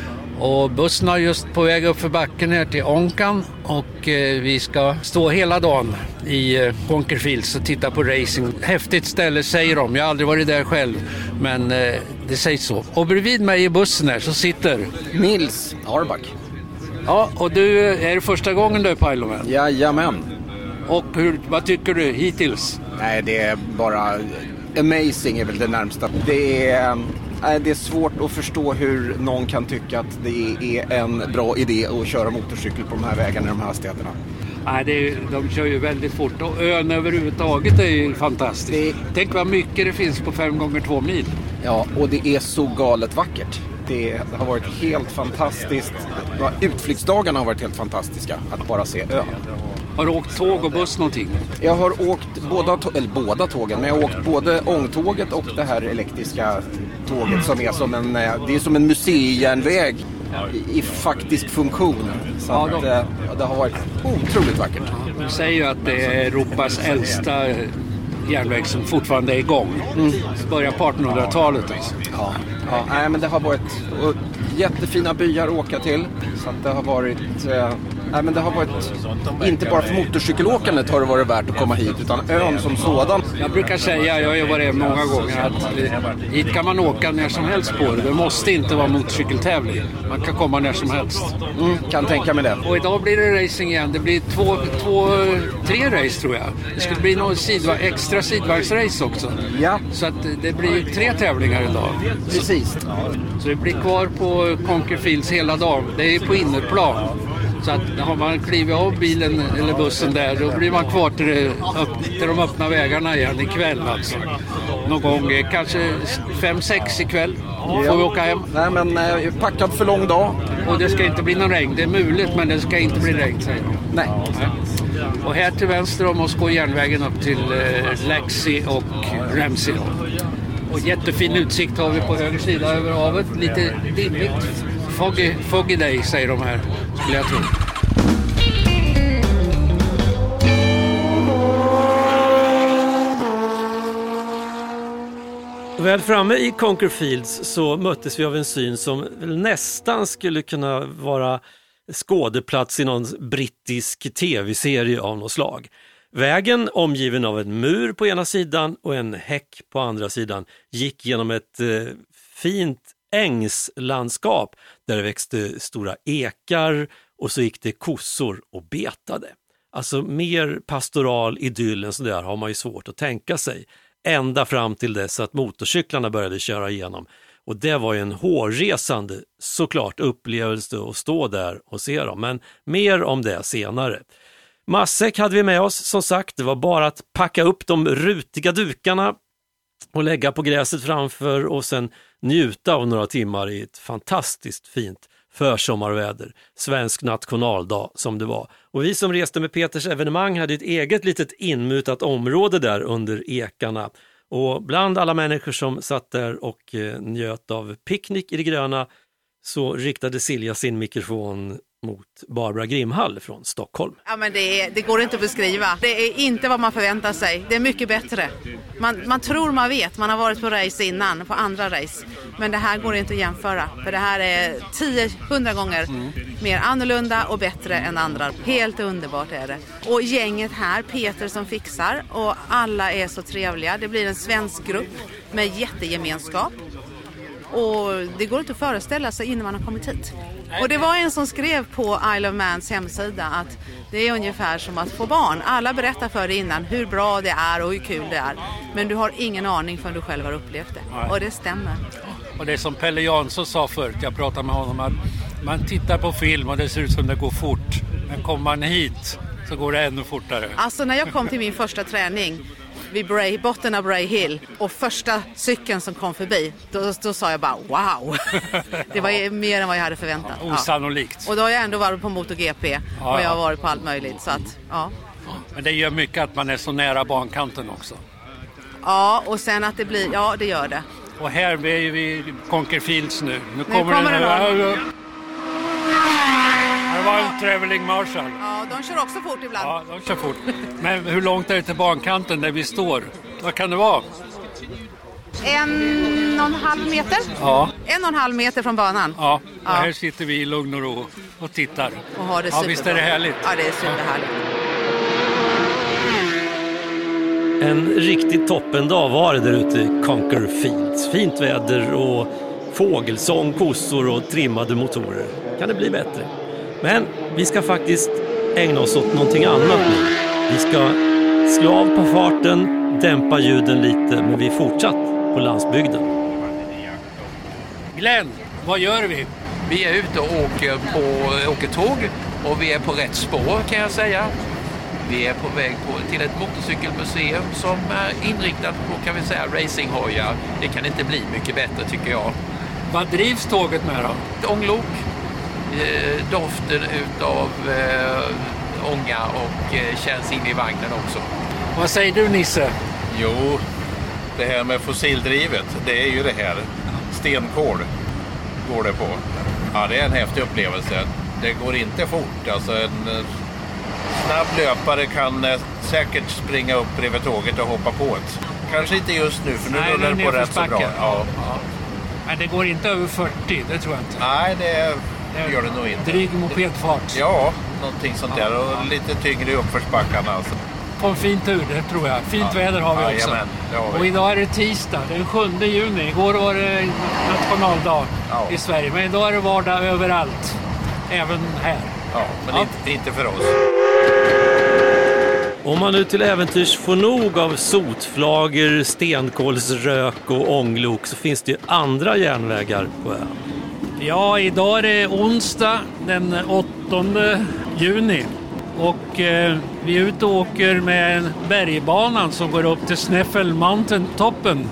Och bussen är just på väg upp för backen här till Onkan och eh, vi ska stå hela dagen i eh, Conquer Fields och titta på racing. Häftigt ställe säger de, jag har aldrig varit där själv men eh, det sägs så. Och bredvid mig i bussen här så sitter Nils Arback. Ja, och du är det första gången du är på Ironman? Jajamän. Och hur, vad tycker du hittills? Nej, det är bara amazing är väl det närmsta. Det är, det är svårt att förstå hur någon kan tycka att det är en bra idé att köra motorcykel på de här vägarna i de här städerna. Nej, det är, de kör ju väldigt fort och ön överhuvudtaget är ju fantastiskt. Det... Tänk vad mycket det finns på fem gånger två mil. Ja, och det är så galet vackert. Det har varit helt fantastiskt. Utflyktsdagarna har varit helt fantastiska att bara se ön. Har du åkt tåg och buss någonting? Jag har åkt båda, eller båda tågen, men jag har åkt både ångtåget och det här elektriska tåget som är som en, det är som en museijärnväg i, i faktisk funktion. Så ja, att, de... det har varit otroligt vackert. De säger ju att det är Europas äldsta järnväg som fortfarande är igång. Mm. Börjar på artonhundratalet alltså. Ja, ja. Nej, men det har varit jättefina byar att åka till. Så att det har varit... Eh, nej, men det har varit... Inte bara för motorcykelåkandet har det varit värt att komma hit, utan ön som sådan. Jag brukar säga, jag har ju varit många gånger, att hit kan man åka när som helst på det. Det måste inte vara motorcykeltävling. Man kan komma när som helst. Mm, kan tänka mig det. Och idag blir det racing igen. Det blir två, två tre race tror jag. Det skulle bli någon sidva, extra sidvagnsrace också. Ja. Så att det blir tre tävlingar idag. Precis. Så det blir kvar på Conquer Fields hela dagen. Det är på innerplan. Så att har man klivit av bilen eller bussen där, då blir man kvar till, det, upp, till de öppna vägarna igen ikväll alltså. Någon gång, kanske fem sex ikväll får vi åka hem. Nej, men eh, packad för lång dag. Och det ska inte bli någon regn, det är muligt men det ska inte bli regn, säger de. Nej. Och här till vänster om oss går järnvägen upp till eh, Laxey och Ramsey. Och jättefin utsikt har vi på höger sida över havet, lite dimmigt. Foggy, foggy day säger de här, skulle jag tro. Väl framme i Conquer Fields så möttes vi av en syn som nästan skulle kunna vara skådeplats i någon brittisk tv-serie av något slag. Vägen, omgiven av en mur på ena sidan och en häck på andra sidan, gick genom ett eh, fint ängslandskap där det växte stora ekar och så gick det kossor och betade. Alltså mer pastoral idyll än så där har man ju svårt att tänka sig. Ända fram till dess att motorcyklarna började köra igenom. Och det var ju en hårresande såklart upplevelse att stå där och se dem. Men mer om det senare. Matsäck hade vi med oss som sagt. Det var bara att packa upp de rutiga dukarna och lägga på gräset framför och sen njuta av några timmar i ett fantastiskt fint försommarväder. Svensk nationaldag som det var. Och vi som reste med Peters evenemang hade ett eget litet inmutat område där under ekarna. Och bland alla människor som satt där och eh, njöt av picknick i det gröna så riktade Silja sin mikrofon mot Barbara Grimhall från Stockholm. Ja, men det, är, det går inte att beskriva. Det är inte vad man förväntar sig. Det är mycket bättre. Man, man tror man vet. Man har varit på race innan, på andra race. Men det här går inte att jämföra. För det här är tio hundra gånger mm. mer annorlunda och bättre än andra. Helt underbart är det. Och gänget här, Peter som fixar. Och alla är så trevliga. Det blir en svensk grupp med jättegemenskap. Och det går inte att föreställa sig innan man har kommit hit. Och det var en som skrev på Isle of Mans hemsida att det är ungefär som att få barn. Alla berättar för dig innan hur bra det är och hur kul det är. Men du har ingen aning förrän du själv har upplevt det. Nej. Och det stämmer. Och det som Pelle Jansson sa förut, jag pratade med honom, att man tittar på film och det ser ut som det går fort. Men kommer man hit så går det ännu fortare. Alltså när jag kom till min första träning vid Bray, botten av Bray Hill och första cykeln som kom förbi, då, då sa jag bara wow. Det var mer än vad jag hade förväntat. Ja, osannolikt. Ja. Och då har jag ändå varit på MotoGP ja, och jag har ja. varit på allt möjligt. Så att, ja. Men det gör mycket att man är så nära bankanten också. Ja, och sen att det blir, ja det gör det. Och här är vi vid Conker Fields nu. Nu, nu kommer, kommer den här. Det var en traveling marshal. Ja, de kör också fort ibland. Ja, de kör fort. Men hur långt är det till bankanten där vi står? Vad kan det vara? En och en halv meter? Ja. En och en halv meter från banan. Ja, och ja. Här sitter vi i lugn och ro och tittar. Och har det ja, visst är det härligt? Ja, det är superhärligt. En riktigt toppendag var det där ute i Conker Fields. Fint väder och fågelsång, kossor och trimmade motorer. Kan det bli bättre? Men vi ska faktiskt ägna oss åt någonting annat nu. Vi ska slå av på farten, dämpa ljuden lite, men vi är fortsatt på landsbygden. Glenn, vad gör vi? Vi är ute och åker, på, åker tåg och vi är på rätt spår kan jag säga. Vi är på väg på, till ett motorcykelmuseum som är inriktat på, kan vi säga, racinghojar. Det kan inte bli mycket bättre tycker jag. Vad drivs tåget med då? Ånglok, eh, doften utav eh, ånga och eh, känns in i vagnen också. Vad säger du Nisse? Jo, det här med fossildrivet, det är ju det här. Stenkol går det på. Ja, det är en häftig upplevelse. Det går inte fort, alltså en snabb löpare kan eh, säkert springa upp bredvid tåget och hoppa på det. Kanske inte just nu, för nu Nej, rullar det på rätt så bra. Ja. Ja. Men det går inte över fyrtio, det tror jag inte. Nej, det, det gör det nog inte. Dryg mopedfart. Ja, någonting sånt där. Och lite tyngre i uppförsbackarna. Alltså. På en fin tur, det tror jag. Fint ja. väder har vi ja, också. Jamen, har vi. Och idag är det tisdag, den sjunde juni. Igår var det nationaldag ja. i Sverige. Men idag är det vardag överallt. Även här. Ja, men ja. Inte, inte för oss. Om man nu till äventyrs får nog av sotflager, stenkolsrök och ånglok så finns det ju andra järnvägar på ön. Ja, idag är det onsdag den åttonde juni och eh, vi är ute och åker med bergbanan som går upp till Snaffle Mountain-toppen.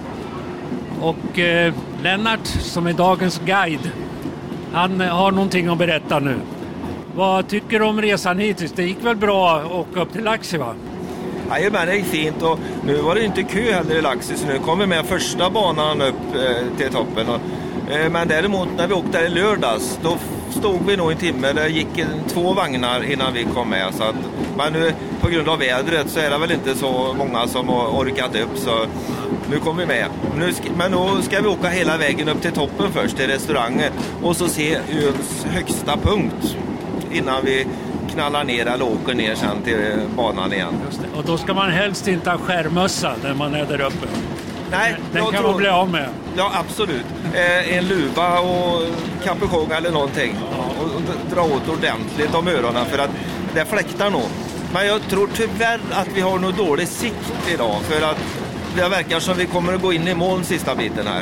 Och eh, Lennart som är dagens guide, han har någonting att berätta nu. Vad tycker du om resan hittills? Det gick väl bra att åka upp till Laxi, va? Ja, men det gick fint och nu var det inte kö heller i Laxi så nu kom vi med första banan upp eh, till toppen. Och, eh, men däremot när vi åkte där i lördags då stod vi nog en timme. Det gick en, två vagnar innan vi kom med. Så att, men nu på grund av vädret så är det väl inte så många som har orkat upp så nu kommer vi med. Nu ska, men då ska vi åka hela vägen upp till toppen först till restaurangen och så se öns högsta punkt innan vi knallar ner eller åker ner sen till banan igen. Just det. Och då ska man helst inte ha skärmössa när man är där uppe. Nej, den kan tror... man bli av med. Ja, absolut. Eh, en luva och kapuschong eller någonting. Ja. Och, och dra åt ordentligt om öronen för att det fläktar nog. Men jag tror tyvärr att vi har nog dålig sikt idag för att det verkar som vi kommer att gå in i moln sista biten här.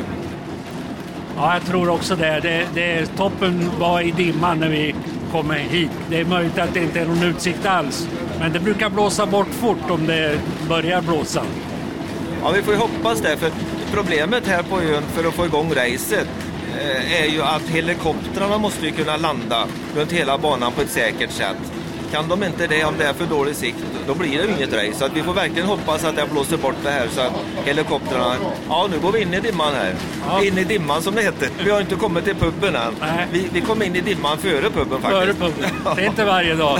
Ja, jag tror också det. det, det toppen var i dimman när vi kommer hit. Det är möjligt att det inte är någon utsikt alls. Men det brukar blåsa bort fort om det börjar blåsa. Ja, vi får ju hoppas det. För problemet här på ön för att få igång racet eh, är ju att helikoptrarna måste ju kunna landa runt hela banan på ett säkert sätt. Kan de inte det om det är för dålig sikt, då blir det ju inget race. Så att vi får verkligen hoppas att det blåser bort det här så att helikoptrarna... Ja, nu går vi in i dimman här. Ja. In i dimman som det heter. Vi har inte kommit till puben än. Vi, vi kom in i dimman före puben faktiskt. Före puben. Det är inte varje dag.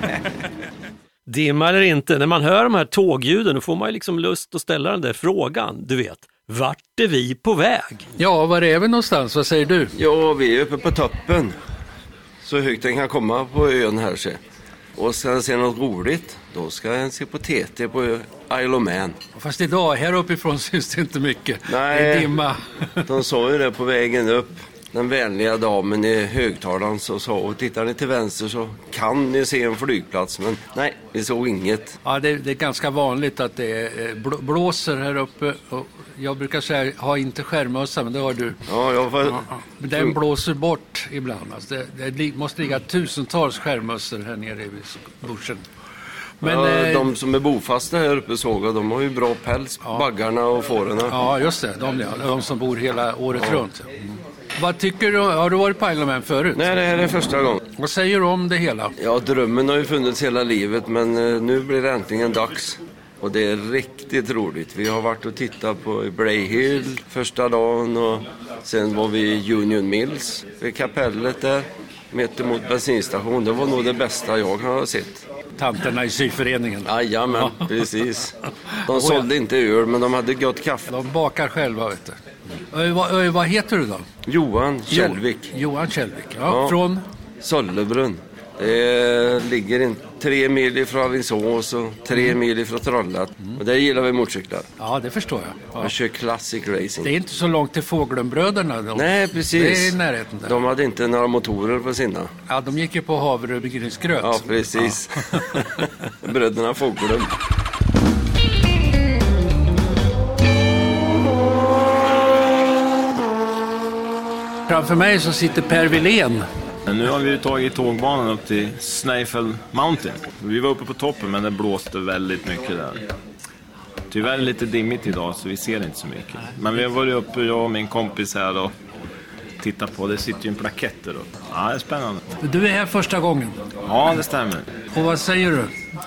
Dimma eller inte, när man hör de här tågljuden då får man ju liksom lust att ställa den där frågan. Du vet, vart är vi på väg? Ja, var är vi någonstans? Vad säger du? Ja, vi är uppe på toppen. Så högt den kan komma på ön här. Så. Och ska jag se något roligt, då ska jag se på T T på Isle of Man. Fast idag, här uppifrån syns det inte mycket. Nej, det är dimma. De sa ju det på vägen upp. Den vänliga damen i högtalaren så sa, och tittar ni till vänster så kan ni se en flygplats, men nej, vi såg inget. Ja, det, det är ganska vanligt att det är, blåser här uppe. Och jag brukar säga, ha inte skärmössa, men det har du. Ja, jag får... ja, men den blåser bort ibland. Alltså det, det måste ligga tusentals skärmössor här nere i bushen. Men ja, eh, de som är bofasta här uppe såg jag, de har ju bra päls, ja. Baggarna och fårorna. Ja, just det. De, ja, de som bor hela året ja. runt. Mm. Vad tycker du? Har du varit på Isle of Man förut? Nej, det här är första gången. Vad säger du om det hela? Ja, drömmen har ju funnits hela livet, men nu blir det äntligen dags. Och det är riktigt roligt. Vi har varit och tittat på Bray Hill första dagen och sen var vi i Union Mills vid kapellet där, mitt emot bensinstation. Det var nog det bästa jag har sett. Tanterna i syföreningen. Jajamän, precis. De sålde inte öl, men de hade gott kaffe. De bakar själva, vet du. Vad, vad heter du då? Johan Kjellvik. Jo, Johan Kjellvik, ja. ja. Från? Sollebrunn. Det ligger in tre mil ifrån Alingsås och tre mm. mil ifrån Trollhätt. Mm. Och där gillar vi motorcyklar. Ja, det förstår jag. Ja. Jag kör classic racing. Det är inte så långt till Fågelbröderna. De... Nej, precis. Det är i närheten där. De hade inte några motorer på sina. Ja, de gick ju på havregrynsgröt. Ja, precis. Ja. Bröderna Fågelum. Framför mig så sitter Per Wilén. Nu har vi tagit tågbanan upp till Snaefell Mountain. Vi var uppe på toppen, men det blåste väldigt mycket där. Tyvärr lite dimmigt idag så vi ser inte så mycket. Men vi har varit uppe, jag och min kompis här och tittat på. Det sitter ju en plakett där uppe. Ja, det är spännande. Du är här första gången? Ja, det stämmer. Och vad säger du?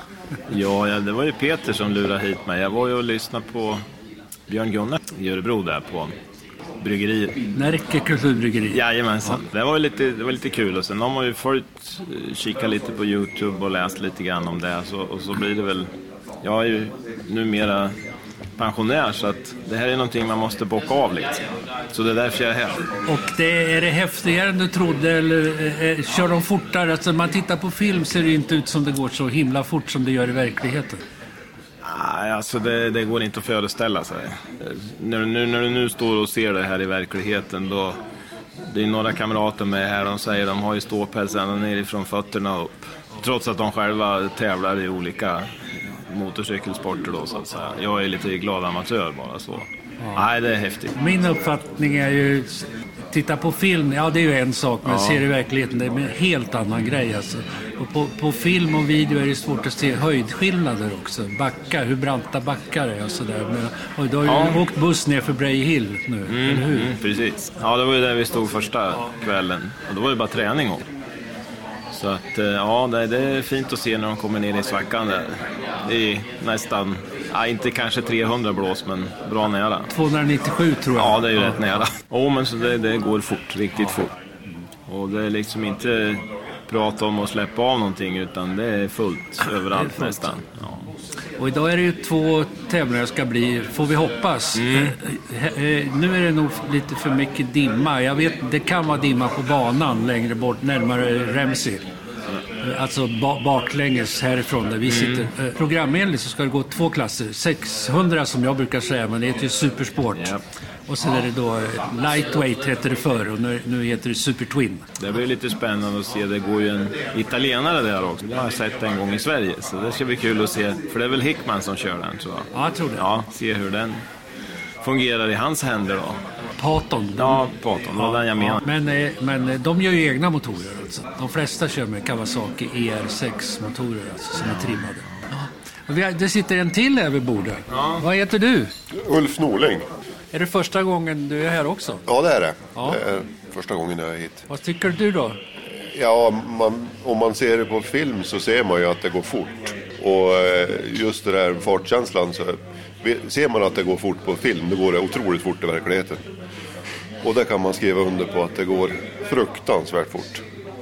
Ja, ja, det var ju Peter som lurade hit mig. Jag var ju och lyssnade på Björn Gunnar i Örebro där på bryggeriet. Närke kulturbryggeri. Jajamensan. Ja. Det var ju lite, det var lite kul. Och sen har man ju förut kikat lite på YouTube och läst lite grann om det. Så, och så blir det väl... Jag är ju numera pensionär så att det här är någonting man måste bocka av lite. Så det är därför jag är här. Och det, är det häftigare än du trodde eller eh, kör de fortare? Alltså när man tittar på film ser det inte ut som det går så himla fort som det gör i verkligheten. Nej, alltså det, det går inte att föreställa sig. När, nu, när du nu står och ser det här i verkligheten då... Det är några kamrater med här, de säger de har ju ståpäls ända nerifrån fötterna upp. Trots att de själva tävlar i olika motorcykelsporter då så att säga. Jag är lite glad amatör bara så. Ja. Nej, det är häftigt. Min uppfattning är ju, titta på film, ja det är ju en sak, men ja. ser i verkligheten det är en helt annan grej alltså. Och på, på film och video är det svårt att se höjdskillnader också. Backar, hur branta backar är och sådär. Men, och du har ju ja. åkt buss ner för Bray Hill nu, mm, eller hur? Mm, precis. Ja, det var ju där vi stod första kvällen. Och då var det bara träning om. Så att, ja, det är fint att se när de kommer ner i svackan där. Det är nästan, ja, inte kanske trehundra blås, men bra nära. tvåhundranittiosju tror jag. Ja, det är ju ja. rätt nära. Ja, men så det, det går fort, riktigt ja. fort. Och det är liksom inte prata om att släppa av någonting, utan det är fullt överallt är fullt. nästan. Ja. Och idag är det ju två tävlingar ska bli, får vi hoppas. Mm. Nu är det nog lite för mycket dimma. Jag vet, det kan vara dimma på banan längre bort, närmare Ramsey. Alltså baklänges härifrån där vi sitter. Mm. Programenligt så ska det gå två klasser. sexhundra som jag brukar säga, men det heter ju supersport. Yep. Och sen är det då lightweight heter det förr och nu, nu heter det super twin. Det blir lite spännande att se. Det går ju en italienare där också. Det har jag sett en gång i Sverige. Så det ska bli kul att se. För det är väl Hickman som kör den tror jag. Ja, jag tror det. Ja, se hur den fungerar i hans händer då. Patton. Ja, Patton. Ja, den jag menar. Men, men de gör ju egna motorer alltså. De flesta kör med Kawasaki E R sex motorer alltså, som är trimmade. Ja. Det sitter en till över bordet. Ja. Vad heter du? Ulf Norling. Är det första gången du är här också? Ja, det är det. Ja. Det är första gången jag är hit. Vad tycker du då? Ja, man, om man ser det på film så ser man ju att det går fort. Och just det där fartkänslan, så ser man att det går fort på film, då går det otroligt fort i verkligheten. Och där kan man skriva under på att det går fruktansvärt fort.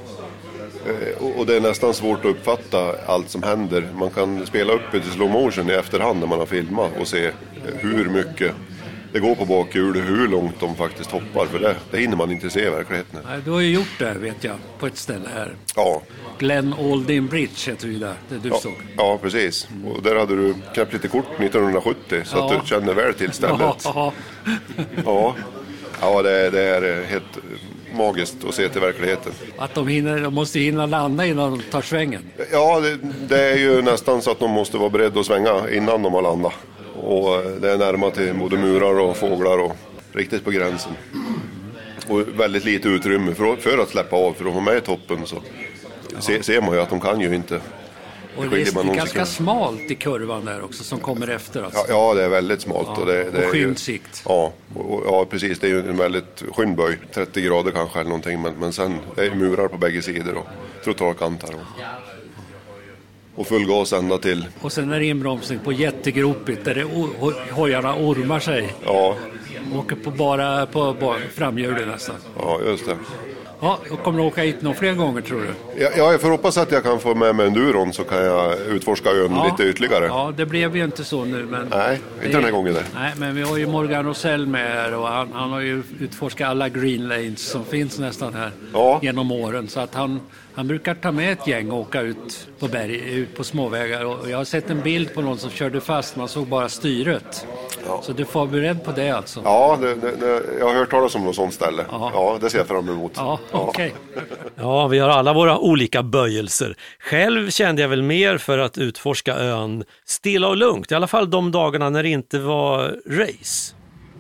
Och det är nästan svårt att uppfatta allt som händer. Man kan spela upp det i slow motion i efterhand när man har filmat och se hur mycket det går på bakhjul hur långt de faktiskt hoppar, för det, det hinner man inte se i verkligheten. Nej, du har ju gjort det, vet jag, på ett ställe här. Ja. Glen Aldin Bridge heter det där, det du ja, såg. Ja, precis. Och där hade du knappt lite kort nittonhundrasjuttio, så ja. att du kände väl till stället. Ja, ja. ja det, det är helt magiskt att se till verkligheten. Att de, hinner, de måste hinna landa innan de tar svängen. Ja, det, det är ju nästan så att de måste vara beredda att svänga innan de har landat. Och det är närmare till både murar och fåglar och riktigt på gränsen. Och väldigt lite utrymme för, för att släppa av, för att vara med i toppen så ja. se, ser man ju att de kan ju inte. Och det är, det är ganska smalt i kurvan där också som kommer efter. Alltså. Ja, ja, det är väldigt smalt. Ja, och det, det och skynsikt. Ja, och, ja, precis. Det är ju en väldigt skynböj, trettio grader kanske eller någonting. Men, men sen är det murar på bägge sidor och trottoarkantar. Och, och full gas ända till. Och sen är det inbromsning på jättegropigt där det o- hojarna ormar sig. Ja. Åker på bara på, på framhjulet nästan. Ja, just det. Ja, och kommer du åka hit några fler gånger tror du? Ja, jag får hoppas att jag kan få med mig enduron så kan jag utforska ön ja. lite ytterligare. Ja, det blev ju inte så nu. Men nej, inte det, den här gången där. Nej, men vi har ju Morgan Rosell med här och han, han har ju utforskat alla green lanes som finns nästan här ja. genom åren. Så att han, han brukar ta med ett gäng och åka ut på berg, ut på småvägar. Och jag har sett en bild på någon som körde fast, man såg bara styret. Ja. Så du får beredd på det alltså? Ja, det, det, det, jag har hört talas om något sånt ställe. Ja, ja det ser jag fram emot. Ja, okej. Okay. Ja, vi har alla våra olika böjelser. Själv kände jag väl mer för att utforska ön stilla och lugnt. I alla fall de dagarna när det inte var race.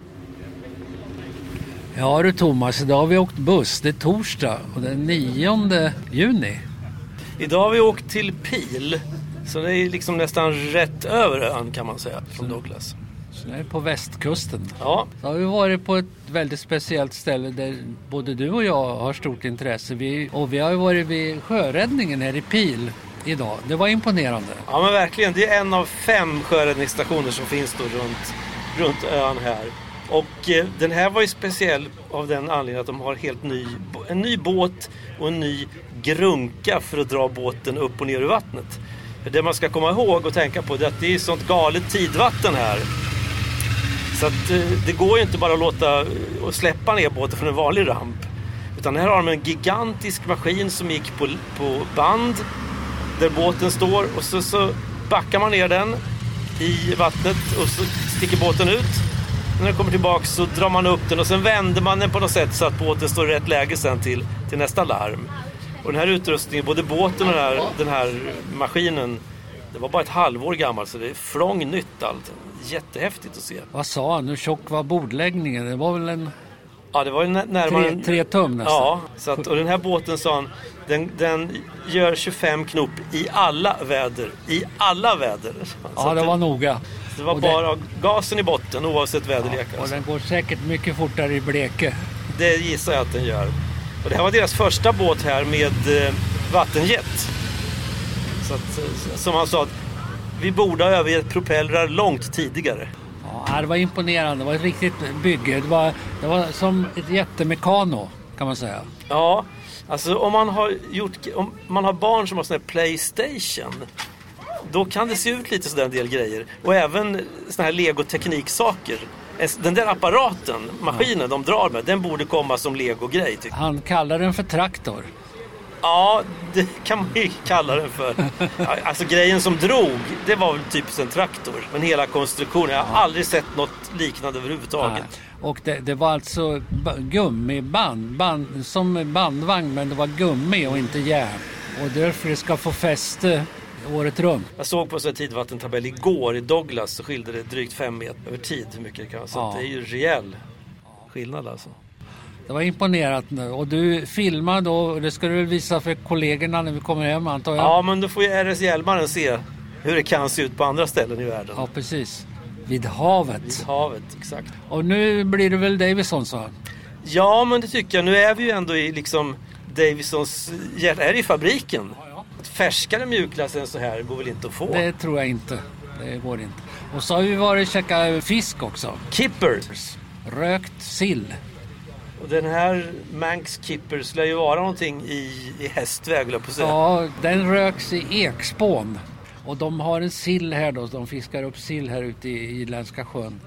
Ja du Thomas, idag har vi åkt buss. Det är torsdag och det är nionde juni. Idag har vi åkt till Pil. Så det är liksom nästan rätt över ön kan man säga från Douglas. Så det är på västkusten. Ja. Så har vi varit på ett väldigt speciellt ställe där både du och jag har stort intresse. Vi, och vi har ju varit vid sjöräddningen här i Pil idag. Det var imponerande. Ja men verkligen, det är en av fem sjöräddningsstationer som finns då runt, runt ön här. Och eh, den här var ju speciell av den anledningen att de har helt ny, en ny båt och en ny grunka för att dra båten upp och ner ur vattnet. Det man ska komma ihåg och tänka på är att det är sånt galet tidvatten här. Så att eh, det går ju inte bara att låta och släppa ner båten från en vanlig ramp. Utan här har de en gigantisk maskin som gick på, på band där båten står och så, så backar man ner den i vattnet och så sticker båten ut. När den kommer tillbaka så drar man upp den och sen vänder man den på något sätt så att båten står i rätt läge sen till, till nästa larm. Och den här utrustningen, både båten och den här, den här maskinen, det var bara ett halvår gammal så det är flång nytt allt. Jättehäftigt att se. Vad sa han? Hur tjock var bordläggningen? Det var väl en... Ja, det var ju närmare... Tre, tre tum nästan. Ja, så att, och den här båten sa han, den, den gör tjugofem knop i alla väder. I alla väder. Ja, det, det var noga. Det var och bara det... gasen i botten oavsett väderlek. Ja, och den går säkert mycket fortare i Bleke. Det gissar jag att den gör. Och det här var deras första båt här med eh, vattenjet. Så att, som han sa, att vi borde ha övergett propellrar långt tidigare. Ja, det var imponerande. Det var ett riktigt bygge. Det var, det var som ett jättemekano, kan man säga. Ja, alltså om man har, gjort, om man har barn som har sån här PlayStation, då kan det se ut lite sådär en del grejer. Och även såna här Lego-tekniksaker. Den där apparaten, maskinen ja. de drar med, den borde komma som Lego-grej. Tycker. Han kallar den för traktor. Ja, det kan man ju kalla den för. Alltså grejen som drog, det var väl typ en traktor. Men hela konstruktionen, jag har ja. aldrig sett något liknande överhuvudtaget. Ja. Och det, det var alltså gummiband, band, som bandvagn, men det var gummi och inte järn. Och därför det ska få fäste året runt. Jag såg på en tidvattentabell igår i Douglas så skilde det drygt fem meter över tid hur mycket det kan vara. Så ja. det är ju rejäl skillnad alltså. Det var imponerande. Och du filmar då, och det ska du väl visa för kollegorna när vi kommer hem antar jag? Ja, men då får ju R S Hjälmaren se hur det kan se ut på andra ställen i världen. Ja, precis. Vid havet. Vid havet, exakt. Och nu blir det väl Davison så? Ja, men det tycker jag. Nu är vi ju ändå i liksom Davisons hjärta. Är det i fabriken? Ja, ja. Färskare mjukglass än så här går väl inte att få? Det tror jag inte. Det går inte. Och så har vi varit och käkat fisk också. Kippers. Rökt sill. Och den här Manx Kipper skulle ju vara någonting i, i hästväg, på att säga. Ja, den röks i ekspån. Och de har en sill här då, de fiskar upp sill här ute i Irländska sjön.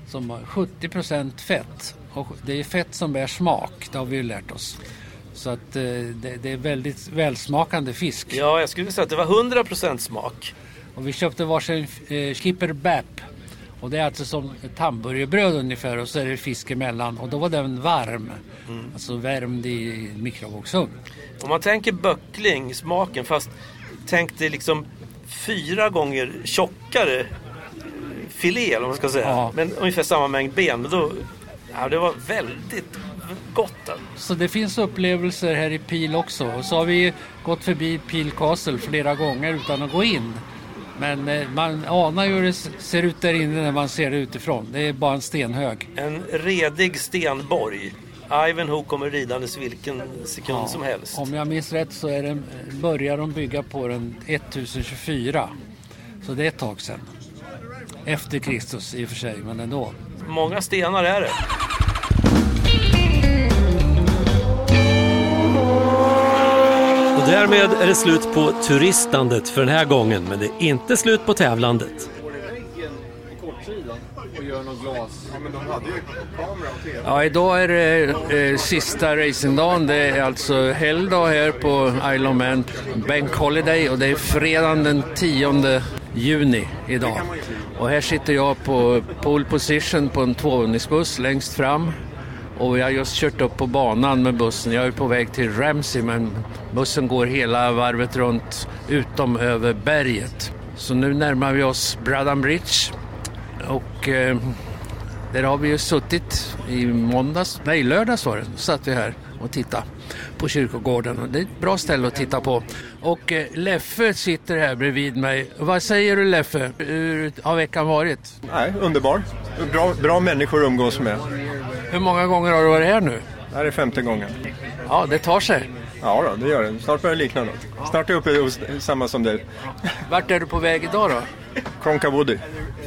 som har sjuttio procent fett. Och det är fett som bär smak, det har vi ju lärt oss. Så att eh, det, det är väldigt välsmakande fisk. Ja, jag skulle säga att det var hundra procent smak. Och vi köpte varsin eh, Skipper Bap. Och det är alltså som ett hamburgerbröd ungefär, och så är det fisk emellan. Och då var den varm, mm. alltså värmd i mikrovågsugn. Om man tänker böckling, smaken, fast tänk dig liksom fyra gånger tjockare filé, eller vad man ska säga. Ja. Men ungefär samma mängd ben. Men då, ja, det var väldigt gott. Så det finns upplevelser här i Pil också. Och så har vi gått förbi Pil Castle flera gånger utan att gå in. Men eh, man anar ju hur det ser ut där inne när man ser det utifrån. Det är bara en stenhög. En redig stenborg. Ivanhoe kommer ridandes vilken sekund ja, som helst. Om jag minns rätt så är den, börjar de bygga på den tusen tjugofyra. Så det är ett tag sedan. Efter Kristus i och för sig, men ändå. Många stenar är det. Och därmed är det slut på turistandet för den här gången, men det är inte slut på tävlandet. Ja, idag är det eh, sista racingdagen. Det är alltså helgdag här på Isle of Man, Bank Holiday, och det är fredagen den tionde juni idag. Och här sitter jag på pole position på en tvåvåningsbuss längst fram. Och jag har just kört upp på banan med bussen. Jag är på väg till Ramsey, men bussen går hela varvet runt utom över berget. Så nu närmar vi oss Bradham Bridge. Och eh, där har vi ju suttit i måndags, nej lördags var det. Så satt vi här och tittade på kyrkogården. Och det är ett bra ställe att titta på. Och eh, Leffe sitter här bredvid mig. Vad säger du, Leffe? Hur har veckan varit? Nej, underbar. Bra, bra människor att umgås med. Hur många gånger har du varit här nu? Det här är femte gången. Ja, det tar sig. Ja då, det gör det. Snart börjar det likna något. Snart är jag uppe hos samma som dig. Vart är du på väg idag då? Kronkavodi.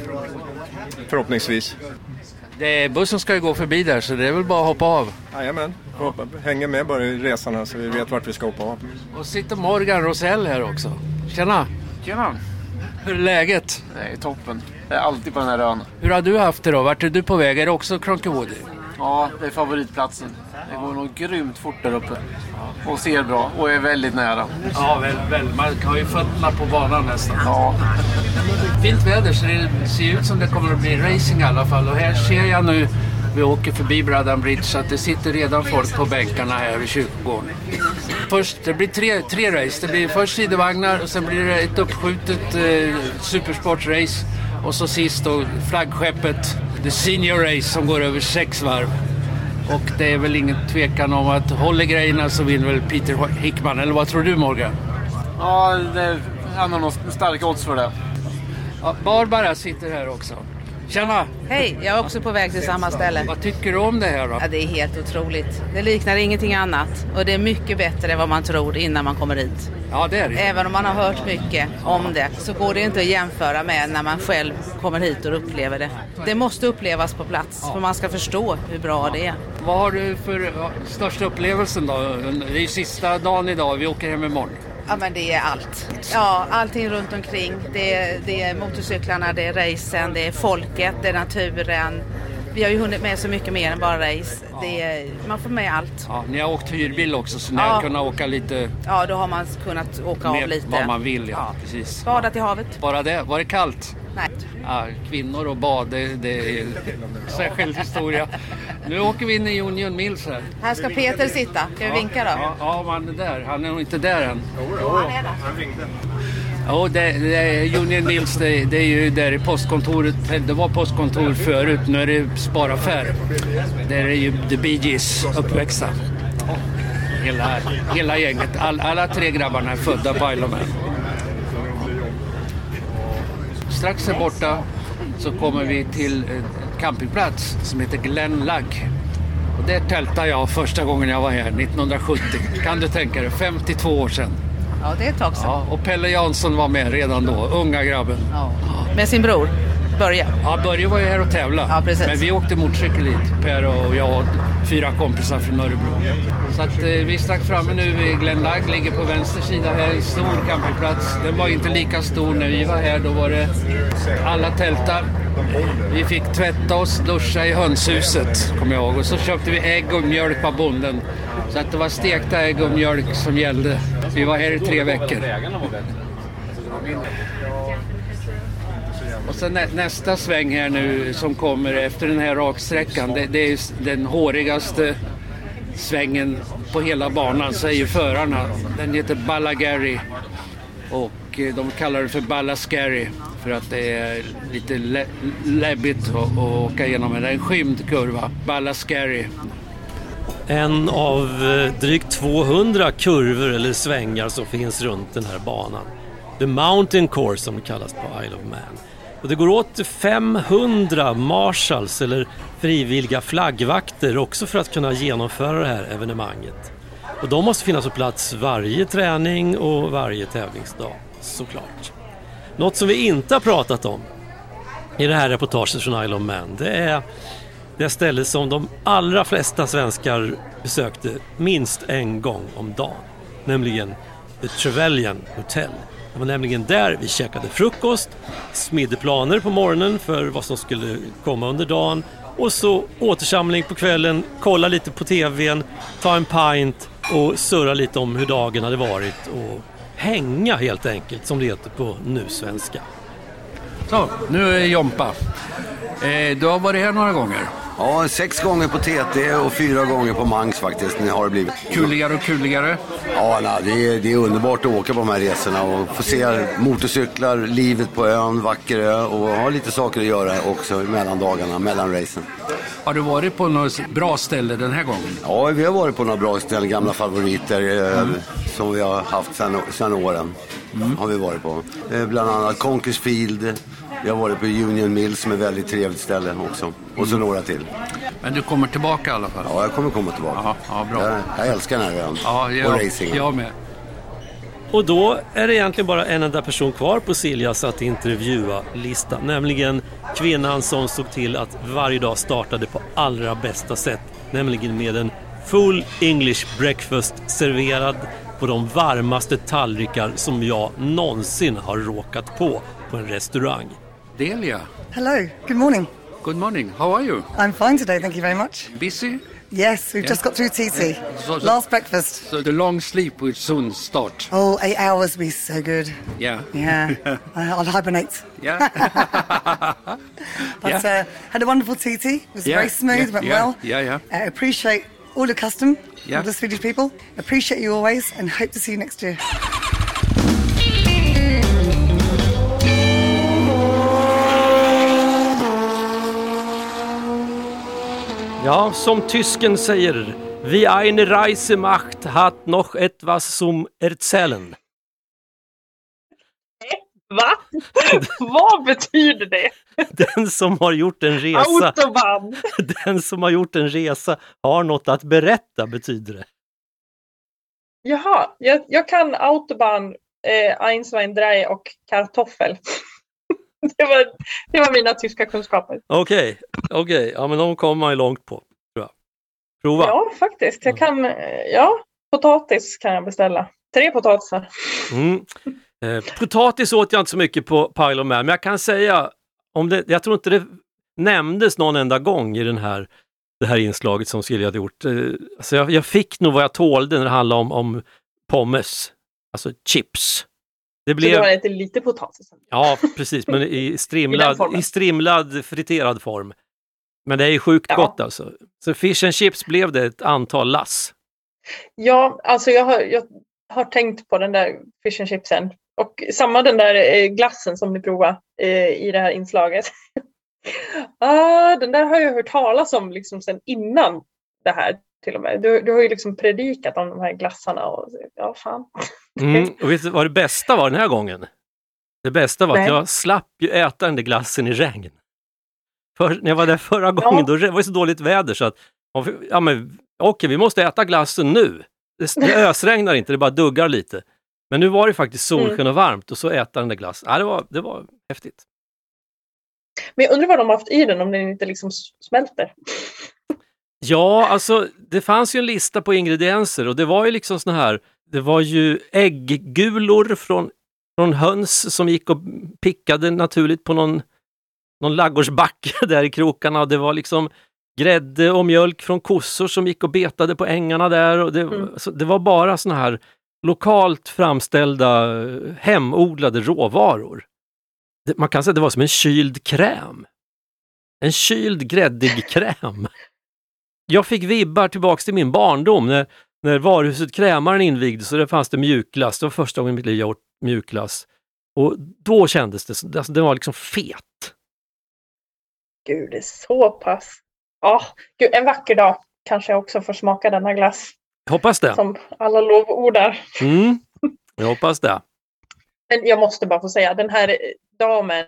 Förhoppningsvis. Det, bussen ska ju gå förbi där, så det är väl bara att hoppa av. Jajamän, hoppa. Hänger med bara i resan här så vi vet vart vi ska hoppa av. Och sitter Morgan Rosell här också. Tjena! Tjena! Hur är läget? Det är toppen. Det är alltid på den här ön. Hur har du haft det då? Vart är du på väg? Är det också Kronkavodi? Ja, det är favoritplatsen. Det går nog grymt fort där uppe. Och ser bra. Och är väldigt nära. Ja, väl, väl. Man har ju fötterna på banan nästan. Ja. Fint väder, så det ser ut som det kommer att bli racing i alla fall. Och här ser jag nu, vi åker förbi Bradham Bridge, så att det sitter redan folk på bänkarna här vid kyrkogården. Först, det blir tre, tre race. Det blir först sidovagnar och sen blir det ett uppskjutet eh, supersportrace. Och så sist då flaggskeppet, The Senior Race, som går över sex varv. Och det är väl ingen tvekan om att håller grejerna så vinner väl Peter Hickman. Eller vad tror du, Morgan? Ja, det, han har nog starka odds för det. Ja, Barbara sitter här också. Tjena! Hej, jag är också på väg till samma ställe. Vad tycker du om det här då? Ja, det är helt otroligt. Det liknar ingenting annat. Och det är mycket bättre än vad man tror innan man kommer hit. Ja, det är det. Även om man har hört mycket om det, så går det inte att jämföra med när man själv kommer hit och upplever det. Det måste upplevas på plats, för man ska förstå hur bra det är. Vad har du för största upplevelsen då? Det är ju sista dagen idag, vi åker hem imorgon. Ja, men det är allt. Ja, allting runt omkring. Det är, det är motorcyklarna, det är racen, det är folket, det är naturen. Vi har ju hunnit med så mycket mer än bara race. Det är, man får med allt. Ja, ni har åkt hyrbil också, så ni ja. har kunnat åka lite... Ja, då har man kunnat åka av lite. Vad man vill, ja. ja. Precis. Badat i havet. Bara det? Var det kallt? Nej. Ja, kvinnor och bad, det, det är en särskild historia. Nu åker vi in i Union Mills här. Här ska Peter sitta. Ska vi vinka då? Ja, ja, man är där. Han är nog inte där än. Jo, han är där. Ja, det, det, Union Mills, det, det är ju där i postkontoret. Det var postkontor förut, nu är det sparaffär. Där är ju The Bee Gees uppväxta. Hela, hela gänget. All, alla tre grabbarna är födda på Isle of Man. Strax här borta så kommer vi till en campingplats som heter Glen Lug. Och där tältade jag första gången jag var här, nittonhundrasjuttio. Kan du tänka dig, femtiotvå år sedan. Ja, det är ett tag sedan. Ja, och Pelle Jansson var med redan då, unga grabben. Ja. Med sin bror, Börje. Ja, Börje var ju här och tävla. Ja, precis. Men vi åkte motorcykel hit, Per och jag och fyra kompisar från Örebro. Så att eh, vi är strax framme nu vid Glen Lug, ligger på vänster sida här, en stor campingplats. Den var inte lika stor när vi var här, då var det alla tältar. Vi fick tvätta oss, duscha i hönshuset, kommer jag ihåg. Och så köpte vi ägg och mjölk på bonden. Så att det var stekta ägg och mjölk som gällde. Så vi var här i tre veckor. Och sen nä- nästa sväng här nu som kommer efter den här raksträckan. Det, det är den hårigaste svängen på hela banan, säger förarna. Den heter Ballagary. Och de kallar det för Ballascary för att det är lite lä- läbbigt att, att åka igenom. Det är en skymd kurva, Ballascary. En av drygt tvåhundra kurvor eller svängar som finns runt den här banan. The Mountain Course som det kallas på Isle of Man. Och det går åt femhundra marshals eller frivilliga flaggvakter också för att kunna genomföra det här evenemanget. Och de måste finnas på plats varje träning och varje tävlingsdag, såklart. Något som vi inte har pratat om i det här reportaget från Isle of Man, det är det ställe som de allra flesta svenskar besökte minst en gång om dagen. Nämligen The Trevelyan Hotel. Det var nämligen där vi käkade frukost, smidde planer på morgonen för vad som skulle komma under dagen. Och så återsamling på kvällen, kolla lite på tvn, ta en pint och surra lite om hur dagen hade varit och hänga helt enkelt, som det heter på nu-svenska. Så, nu är Jompa. Eh, du har varit här några gånger. Ja, sex gånger på T T och fyra gånger på Mangs faktiskt. Det har det blivit. Kuligare och kuligare? Ja, nej, det, är, det är underbart att åka på de här resorna och få se motorcyklar, livet på ön, vacker ö och ha lite saker att göra också mellan dagarna, mellan racen. Har du varit på något bra ställe den här gången? Ja, vi har varit på några bra ställen, gamla favoriter mm. som vi har haft sedan, sedan åren. Mm. Har vi varit på. Bland annat Conkersfield. Vi har varit på Union Mill som är ett väldigt trevligt ställe också. Och så mm. några till. Men du kommer tillbaka i alla fall? Ja, jag kommer komma tillbaka. Aha, ja, bra. Jag, jag älskar den här ön. Ja, jag, och racingen. Jag med. Och då är det egentligen bara en enda person kvar på Siljas att intervjua listan. Nämligen kvinnan som såg till att varje dag startade på allra bästa sätt. Nämligen med en full English breakfast serverad på de varmaste tallrikar som jag någonsin har råkat på på en restaurang. Delia. Hello, good morning. Good morning, how are you? I'm fine today, thank you very much. Busy? Yes, we've yeah. just got through T T. Yeah. So, so, Last breakfast. So the long sleep will soon start. Oh, eight hours will be so good. Yeah. Yeah, I'll hibernate. Yeah. But yeah. Uh, had a wonderful T T. It was yeah. very smooth, yeah. went yeah. well. Yeah, yeah. I appreciate all the custom, yeah. all the Swedish people. Appreciate you always and hope to see you next year. Ja, som tysken säger, wie eine Reise macht hat noch etwas zum Erzählen. Va? Vad betyder det? Den som har gjort en resa. Autobahn. Den som har gjort en resa har något att berätta, betyder det. Jaha, jag, jag kan Autobahn, eh, Eins, zwei, drei och Kartoffel. Det var, det var mina tyska kunskaper. Okej, okay, okej. Okay. Ja, men de kommer man ju långt på, tror jag. Prova. Ja, faktiskt. Jag kan, ja, potatis kan jag beställa. Tre potatisar. Mm. Eh, potatis åt jag inte så mycket på Pile of Man, men jag kan säga, om det, jag tror inte det nämndes någon enda gång i den här, det här inslaget som Silja hade gjort. Eh, alltså jag, jag fick nog vad jag tålde när det handlade om, om pommes, alltså chips. Det blev... Så det var lite, lite potatis? Ja, precis, men i strimlad, i strimlad friterad form. Men det är ju sjukt ja. gott alltså. Så fish and chips blev det ett antal lass. Ja, alltså jag har, jag har tänkt på den där fish and chipsen. Och samma den där glassen som ni provade eh, i det här inslaget. ah, den där har jag hört talas om liksom sedan innan det här till och med. Du, du har ju liksom predikat om de här glassarna och ja, fan. Mm, och vet du vad det bästa var den här gången? Det bästa var Nej. att jag slapp ju äta den där glassen i regn. För när jag var där förra gången, ja. då var det så dåligt väder så att ja men okej, vi måste äta glassen nu. Det, det ösregnar inte, det bara duggar lite. Men nu var det faktiskt solsken mm. och varmt och så äta den där glassen. Ja, det var, det var häftigt. Men jag undrar vad de har haft i den om den inte liksom smälter. Ja, alltså det fanns ju en lista på ingredienser och det var ju liksom såna här, det var ju ägggulor från, från höns som gick och pickade naturligt på någon någon laggårdsbacke där i krokarna. Och det var liksom grädde och mjölk från kossor som gick och betade på ängarna där. Och det, mm. så det var bara såna här lokalt framställda, hemodlade råvaror. Det, man kan säga att det var som en kyld kräm. En kyld gräddig kräm. Jag fick vibbar tillbaka till min barndom när, när varuhuset Krämaren invigdes, så det fanns det mjukglass. Det var första gången i mitt liv jag åt mjukglass. Och då kändes det, alltså det var liksom fet. Gud, det är så pass. Ja, gud, en vacker dag kanske jag också får smaka denna glass. Jag hoppas det. Som alla lovordar. Mm, jag hoppas det. Men jag måste bara få säga, den här damen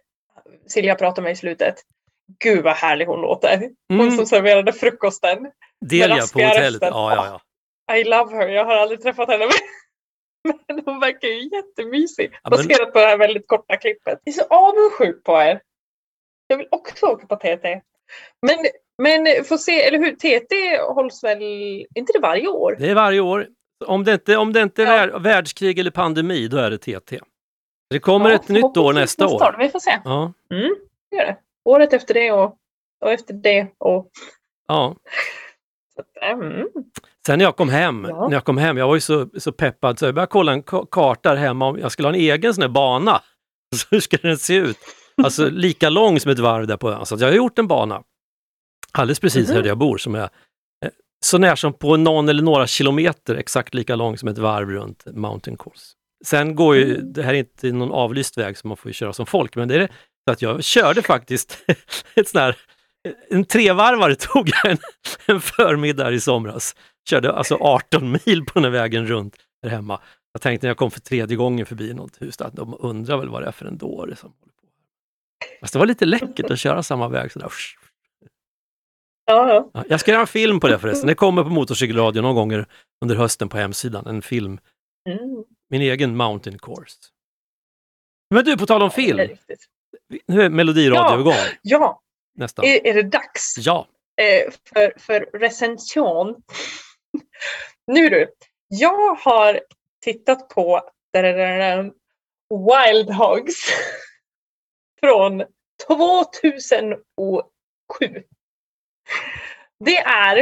Silja pratade med i slutet. Gud vad härlig hon låter. Hon mm. som serverade frukosten. Delia på hotellet. Ja, ja, ja. I love her. Jag har aldrig träffat henne. Men hon verkar ju jättemysig. Ja, men... Baserat på det här väldigt korta klippet. Jag är så avundsjuk på er. Jag vill också åka på T T. Men, men få se, eller hur? T T hålls väl inte det varje år? Det är varje år. Om det inte, om det inte är ja. världskrig eller pandemi, då är det T T. Det kommer ja, ett nytt år nästa år. År. Vi får se. Ja. Mm, det gör det. Året efter det och, och efter det. Och... Ja. Så, mm. Sen när jag kom hem, ja. när jag kom hem, jag var ju så, så peppad så jag började kolla en k- karta där hemma om jag skulle ha en egen sån här bana. Så hur ska den se ut? Alltså lika lång som ett varv där på ön. Så jag har gjort en bana alldeles precis mm. här där jag bor som är eh, så när som på någon eller några kilometer exakt lika lång som ett varv runt Mountain Course. Sen går ju, mm. det här är inte någon avlyst väg som man får köra som folk, men det är det så att jag körde faktiskt ett sån här, en trevarvare tog jag en, en förmiddag i somras. Körde alltså arton mil på den här vägen runt där hemma. Jag tänkte när jag kom för tredje gången förbi något hus att de undrar väl vad det är för en dåre som håller på. Fast det var lite läckert att köra samma väg sådär. Ja. Ja, jag ska göra en film på det förresten. Det kommer på Motorcykelradio någon gånger under hösten på hemsidan. En film. Mm. Min egen Mountain Course. Men du, på tal om film. Ja, nu är melodiradio igång. Ja, nästan. Är, är det dags? Ja. Eh, för, för recension. Nu du, jag har tittat på Wild Hogs från tvåtusensju. Det är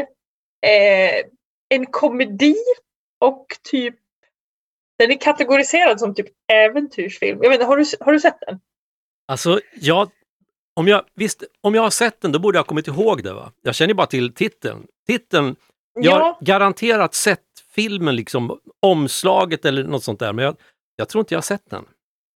eh, en komedi och typ den är kategoriserad som typ äventyrsfilm. Jag vet inte, har du, har du sett den? Alltså, jag, om, jag, visst, om jag har sett den, då borde jag ha kommit ihåg det, va? Jag känner bara till titeln. Titeln, jag ja. har garanterat sett filmen, liksom omslaget eller något sånt där, men jag, jag tror inte jag har sett den.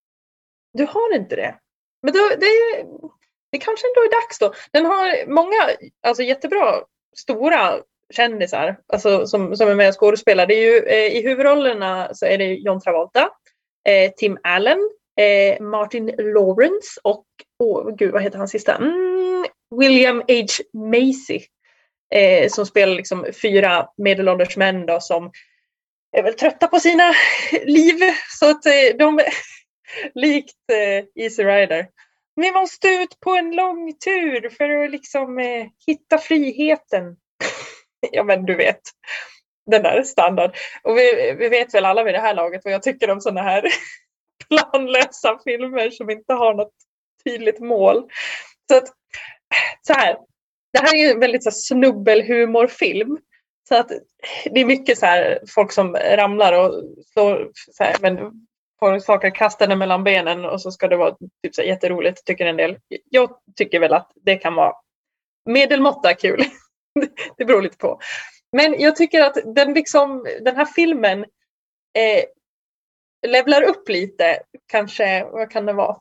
Du har inte det? Men då, det, det kanske ändå är dags då. Den har många, alltså jättebra, stora kändisar alltså, som, som är med och skådespelar. Det är ju, eh, i huvudrollerna så är det John Travolta, eh, Tim Allen, eh, Martin Lawrence och, åh oh, gud vad heter han sista? Mm, William H. Macy. Eh, som spelar liksom fyra medelålders män då, som är väl trötta på sina liv. Så att eh, de likt eh, Easy Rider. Vi måste ut på en lång tur för att liksom eh, hitta friheten. Ja men du vet, den där standard. Och vi, vi vet väl alla vid det här laget vad jag tycker om sådana här planlösa filmer som inte har något tydligt mål. Så att, så här, det här är ju en väldigt så här, snubbelhumorfilm. Så att det är mycket så här folk som ramlar och slår så här, men får saker kastade mellan benen och så ska det vara typ så här, jätteroligt, tycker en del. Jag tycker väl att det kan vara medelmåtta kul. Det beror lite på. Men jag tycker att den, liksom, den här filmen eh, levlar upp lite. Kanske, vad kan det vara?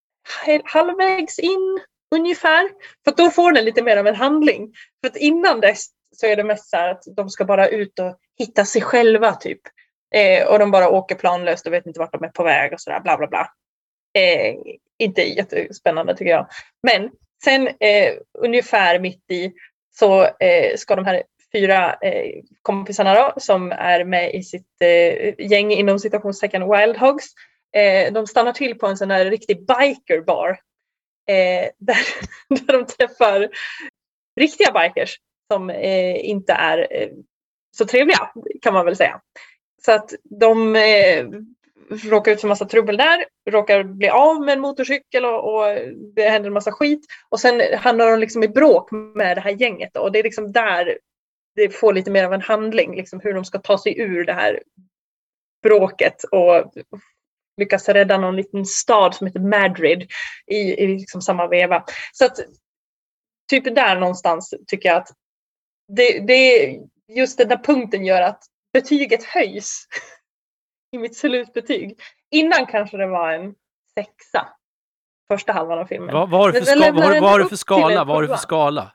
Halvvägs in ungefär. För att då får den lite mer av en handling. För att innan dess så är det mest så här att de ska bara ut och hitta sig själva typ. Eh, och de bara åker planlöst och vet inte vart de är på väg och sådär bla bla bla. Eh, inte jättespännande tycker jag. Men sen eh, ungefär mitt i så eh, ska de här fyra eh, kompisarna då, som är med i sitt eh, gäng inom citationstecken Wild Hogs, eh, de stannar till på en sån här riktig bikerbar eh, där, där de träffar riktiga bikers som eh, inte är eh, så trevliga kan man väl säga. Så att de eh, råkar ut för massa trubbel där, råkar bli av med en motorcykel och, och det händer en massa skit. Och sen hamnar de liksom i bråk med det här gänget då, och det är liksom där det får lite mer av en handling, liksom hur de ska ta sig ur det här bråket och lyckas rädda någon liten stad som heter Madrid i, i liksom samma veva. Så att typ där någonstans tycker jag att det, det just den där punkten gör att betyget höjs i mitt slutbetyg. Innan kanske det var en sexa första halvan av filmen. Vad var det för, ska, var, var det för skala? Vad var det för skala?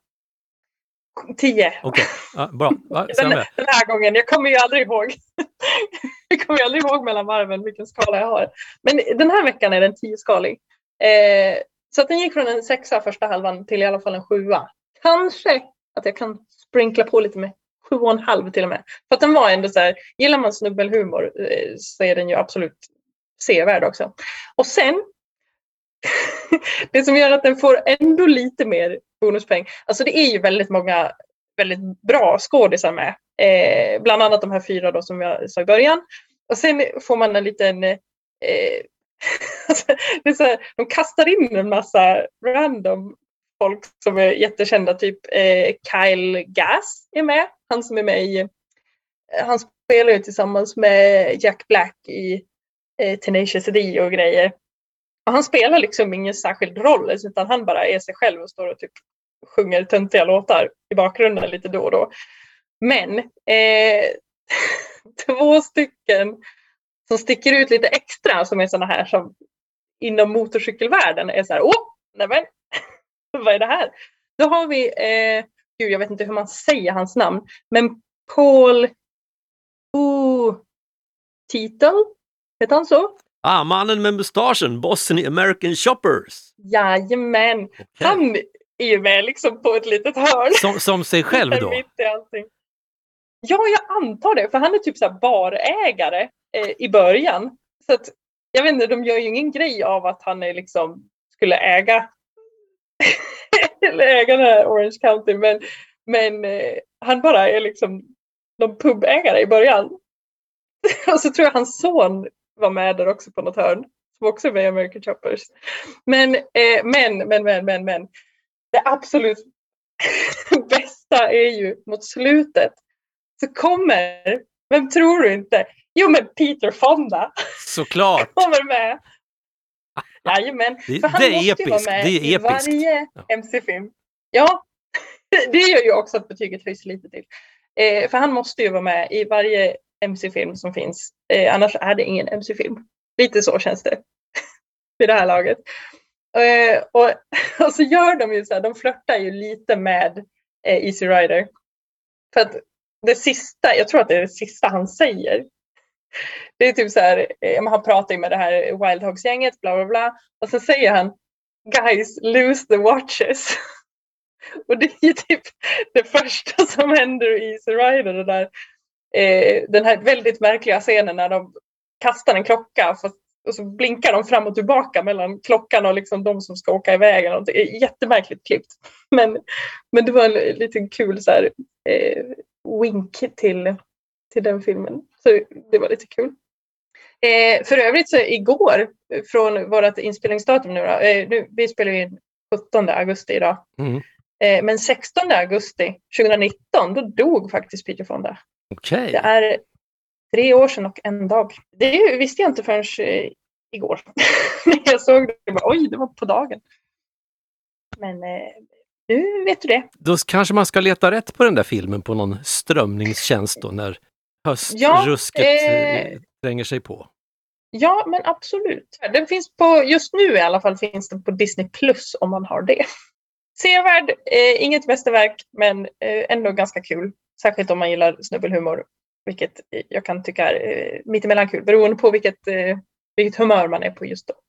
Tio. Okej, okay. Ja, bra. Ja, den, den här gången, jag kommer ju aldrig ihåg. jag kommer ju aldrig ihåg mellan varven vilken skala jag har. Men den här veckan är den tio-skalig. Eh, så att den gick från en sexa första halvan till i alla fall en sjua. Kanske att jag kan sprinkla på lite med sju och en halv till och med. För att den var ändå så här, gillar man snubbelhumor eh, så är den ju absolut sevärd också. Och sen det som gör att den får ändå lite mer bonuspoäng. Alltså det är ju väldigt många väldigt bra skådisar med. Eh, bland annat de här fyra då som jag sa i början. Och sen får man en liten eh, alltså, det är så här, de kastar in en massa random folk som är jättekända. Typ eh, Kyle Gass är med. Han som är med i han spelar ju tillsammans med Jack Black i eh, Tenacious D och grejer. Och han spelar liksom ingen särskild roll, utan han bara är sig själv och står och typ sjunger töntiga låtar i bakgrunden lite då och då. Men eh, två stycken som sticker ut lite extra, som är såna här som inom motorcykelvärlden är så här, åh, nämen, vad är det här? Då har vi, eh, gud jag vet inte hur man säger hans namn, men Paul O. Titel, heter han så? Ah, mannen med mustaschen, bossen i American Shoppers. Jajamän. Okay. Han är ju med liksom på ett litet hörn. Som, som sig själv då? Mitt i allting. Ja, jag antar det. För han är typ så här barägare eh, i början. Så att, jag vet inte, de gör ju ingen grej av att han är liksom skulle äga eller äga den här Orange County. Men, men eh, han bara är liksom någon pubägare i början. Och så tror jag hans son var med där också på något hörn. Som också är med i American Choppers. Men, eh, men, men, men, men, men. Det absolut bästa är ju mot slutet. Så kommer, vem tror du inte? Jo, men Peter Fonda. Såklart. Kommer med. Jajamän. Det, för han det måste är ju vara med det är i varje ja. M C-film. Ja, det gör ju också att betyget höjs lite till. Eh, för han måste ju vara med i varje M C-film som finns. Eh, annars är det ingen M C-film. Lite så känns det. Vid det här laget. Eh, och, och så gör de ju så här. De flörtar ju lite med eh, Easy Rider. För att det sista, jag tror att det är det sista han säger. Det är typ så här. Eh, han pratar ju med det här Wild Hogs-gänget. Bla bla bla. Och så säger han. Guys, lose the watches. Och det är ju typ det första som händer i Easy Rider. Det där. Eh, den här väldigt märkliga scenen när de kastar en klocka för, och så blinkar de fram och tillbaka mellan klockan och liksom de som ska åka iväg. Det är jättemärkligt klippt. Men, men det var en liten kul så här, eh, wink till, till den filmen. Så det var lite kul. Eh, för övrigt så igår från vårt inspelningsdatum nu, då, eh, nu vi spelar in sjuttonde augusti idag. Mm. Eh, men sextonde augusti tjugonitton då dog faktiskt Peter Fonda. Okay. Det är tre år sedan och en dag. Det visste jag inte förrän eh, igår. Jag såg det och bara, oj, det var på dagen. Men eh, nu vet du det. Då kanske man ska leta rätt på den där filmen på någon strömningstjänst då när höstrusket ja, eh, tränger sig på. Ja, men absolut. Den finns på, just nu i alla fall finns den på Disney Plus om man har det. Sevärd, eh, inget mästerverk men eh, ändå ganska kul. Särskilt om man gillar snubbelhumor. Vilket jag kan tycka är eh, mittemellan kul. Beroende på vilket, eh, vilket humör man är på just då.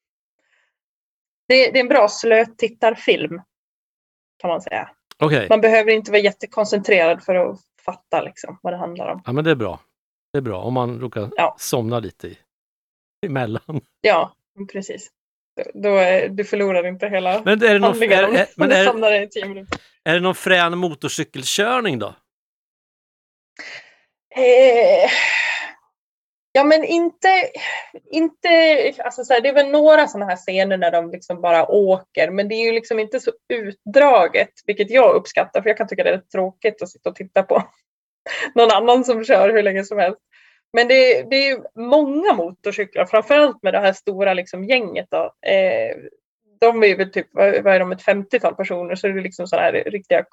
Det, det är en bra slötittarfilm. Kan man säga. Okay. Man behöver inte vara jättekoncentrerad för att fatta liksom, vad det handlar om. Ja, men det är bra. Det är bra om man råkar ja. somna lite i, emellan. Ja, precis. Då är, du förlorar inte hela men är det någon, är, är, men är, somnar i tio minuter. Är det någon frän motorcykelkörning då? Eh, Ja, men inte, inte alltså så här, det är väl några sådana här scener när de liksom bara åker, men det är ju liksom inte så utdraget, vilket jag uppskattar, för jag kan tycka det är tråkigt att sitta och titta på någon annan som kör hur länge som helst. Men det, det är ju många motorcyklar, framförallt med det här stora liksom gänget då. Eh, de är väl typ, vad är de, ett femtiotal personer, så det är liksom sådana här riktiga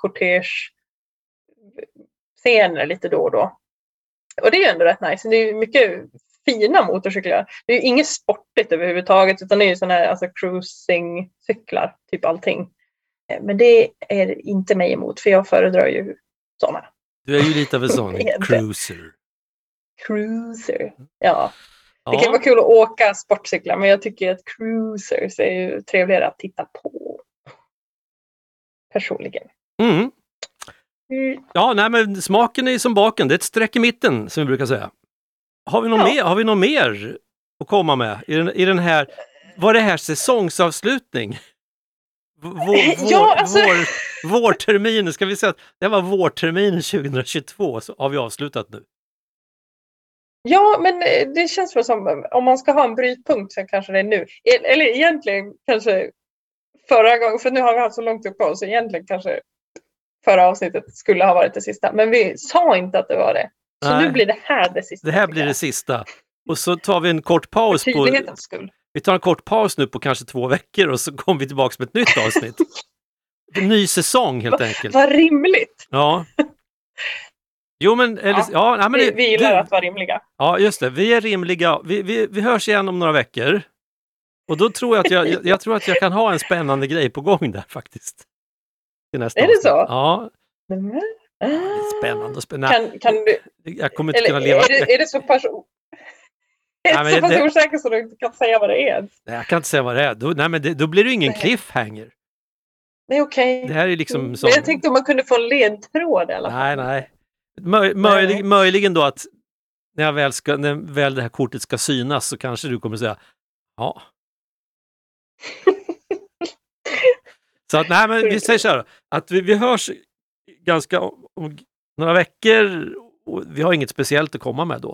kortege-scener lite då och då. Och det är ju ändå rätt nice. Det är ju mycket fina motorcyklar. Det är ju inget sportigt överhuvudtaget, utan det är ju sådana här alltså cruising-cyklar, typ allting. Men det är inte mig emot, för jag föredrar ju sådana. Du är ju lite av en sån cruiser. Cruiser, ja. Ja. Det kan vara kul att åka sportcyklar, men jag tycker att cruisers är ju trevligare att titta på. Personligen. Mm. Mm. Ja, nej, men smaken är ju som baken. Det är ett streck i mitten, som vi brukar säga. Har vi något, ja. mer, har vi något mer att komma med i den, i den här, var det här säsongsavslutning? Vår, vår, ja, alltså... vår, vårterminen, ska vi säga att det var vårterminen tjugohundratjugotvå, så har vi avslutat nu. Ja, men det känns väl som, om man ska ha en brytpunkt så kanske det är nu. Eller egentligen kanske förra gången, för nu har vi haft så långt upp på oss, så egentligen kanske förra avsnittet skulle ha varit det sista. Men vi sa inte att det var det. Så Nej. Nu blir det här det sista. Det här blir det sista. Och så tar vi en kort paus. För tydlighetens skull. Vi tar en kort paus nu på kanske två veckor och så kommer vi tillbaka med ett nytt avsnitt. En ny säsong helt enkelt. Vad rimligt. Ja. Jo, men, eller, ja, ja nej, men vi, det, vi gillar det, att vara rimliga. Ja, just det. Vi är rimliga. Vi, vi, vi hörs igen om några veckor. Och då tror jag att jag, jag, jag tror att jag kan ha en spännande grej på gång där faktiskt. Till nästa är det avsnitt. så? Ja. Mm. Det är spännande och spännande. Kan, kan du... Jag kommer inte eller, kunna leva... Är det, är det så pass... Är det så pass det... osäker så du inte kan säga vad det är? Nej, jag kan inte säga vad det är. Då, nej, men det, då blir det ingen nej. cliffhanger. Nej, okej. Okay. Det här är liksom mm. som... Men jag tänkte om man kunde få en ledtråd i alla fall. Nej, nej. Möj, möjlig, möjligen då att när, jag väl ska, när väl det här kortet ska synas så kanske du kommer säga ja. Så att nej, men vi säger så här att vi, vi hörs ganska om, om några veckor och vi har inget speciellt att komma med då.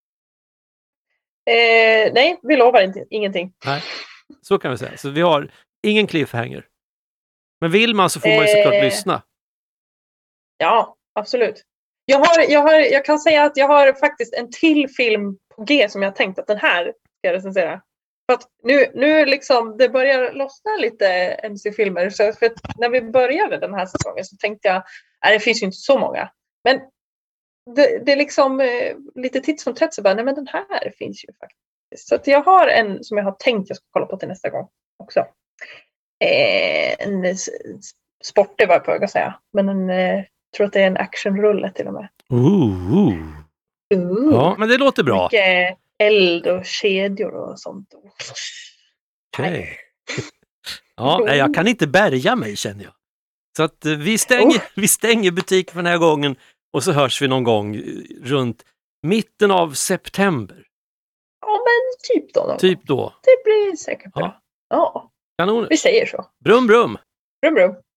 Eh, nej, vi lovar inte, ingenting. Nej, så kan vi säga. Så vi har ingen cliffhanger. Men vill man så får man ju såklart eh, lyssna. Ja, absolut. Jag, har, jag, har, jag kan säga att jag har faktiskt en till film på G som jag tänkt att den här ska jag recensera. För att nu, nu liksom, det börjar lossna lite M C-filmer. Så för att när vi började den här säsongen så tänkte jag, nej det finns ju inte så många. Men det, det är liksom eh, lite titt som tätt så bara, nej men den här finns ju faktiskt. Så att jag har en som jag har tänkt jag ska kolla på till nästa gång också. Eh, en sportig var jag på att säga. Men en... Eh, jag tror att det är en actionrulle till och med. Ooh. Ooh. Ja, men det låter bra. Mycket eld och kedjor och sånt. Okej. Okay. Ja, nej, jag kan inte bärga mig känner jag. Så att vi stänger, oh. vi stänger butik för den här gången och så hörs vi någon gång runt mitten av september. Ja, men typ då. Typ då. Det blir säkert bra. Ja. Ja. Kanon. Vi säger så. Brum, brum. Brum, brum.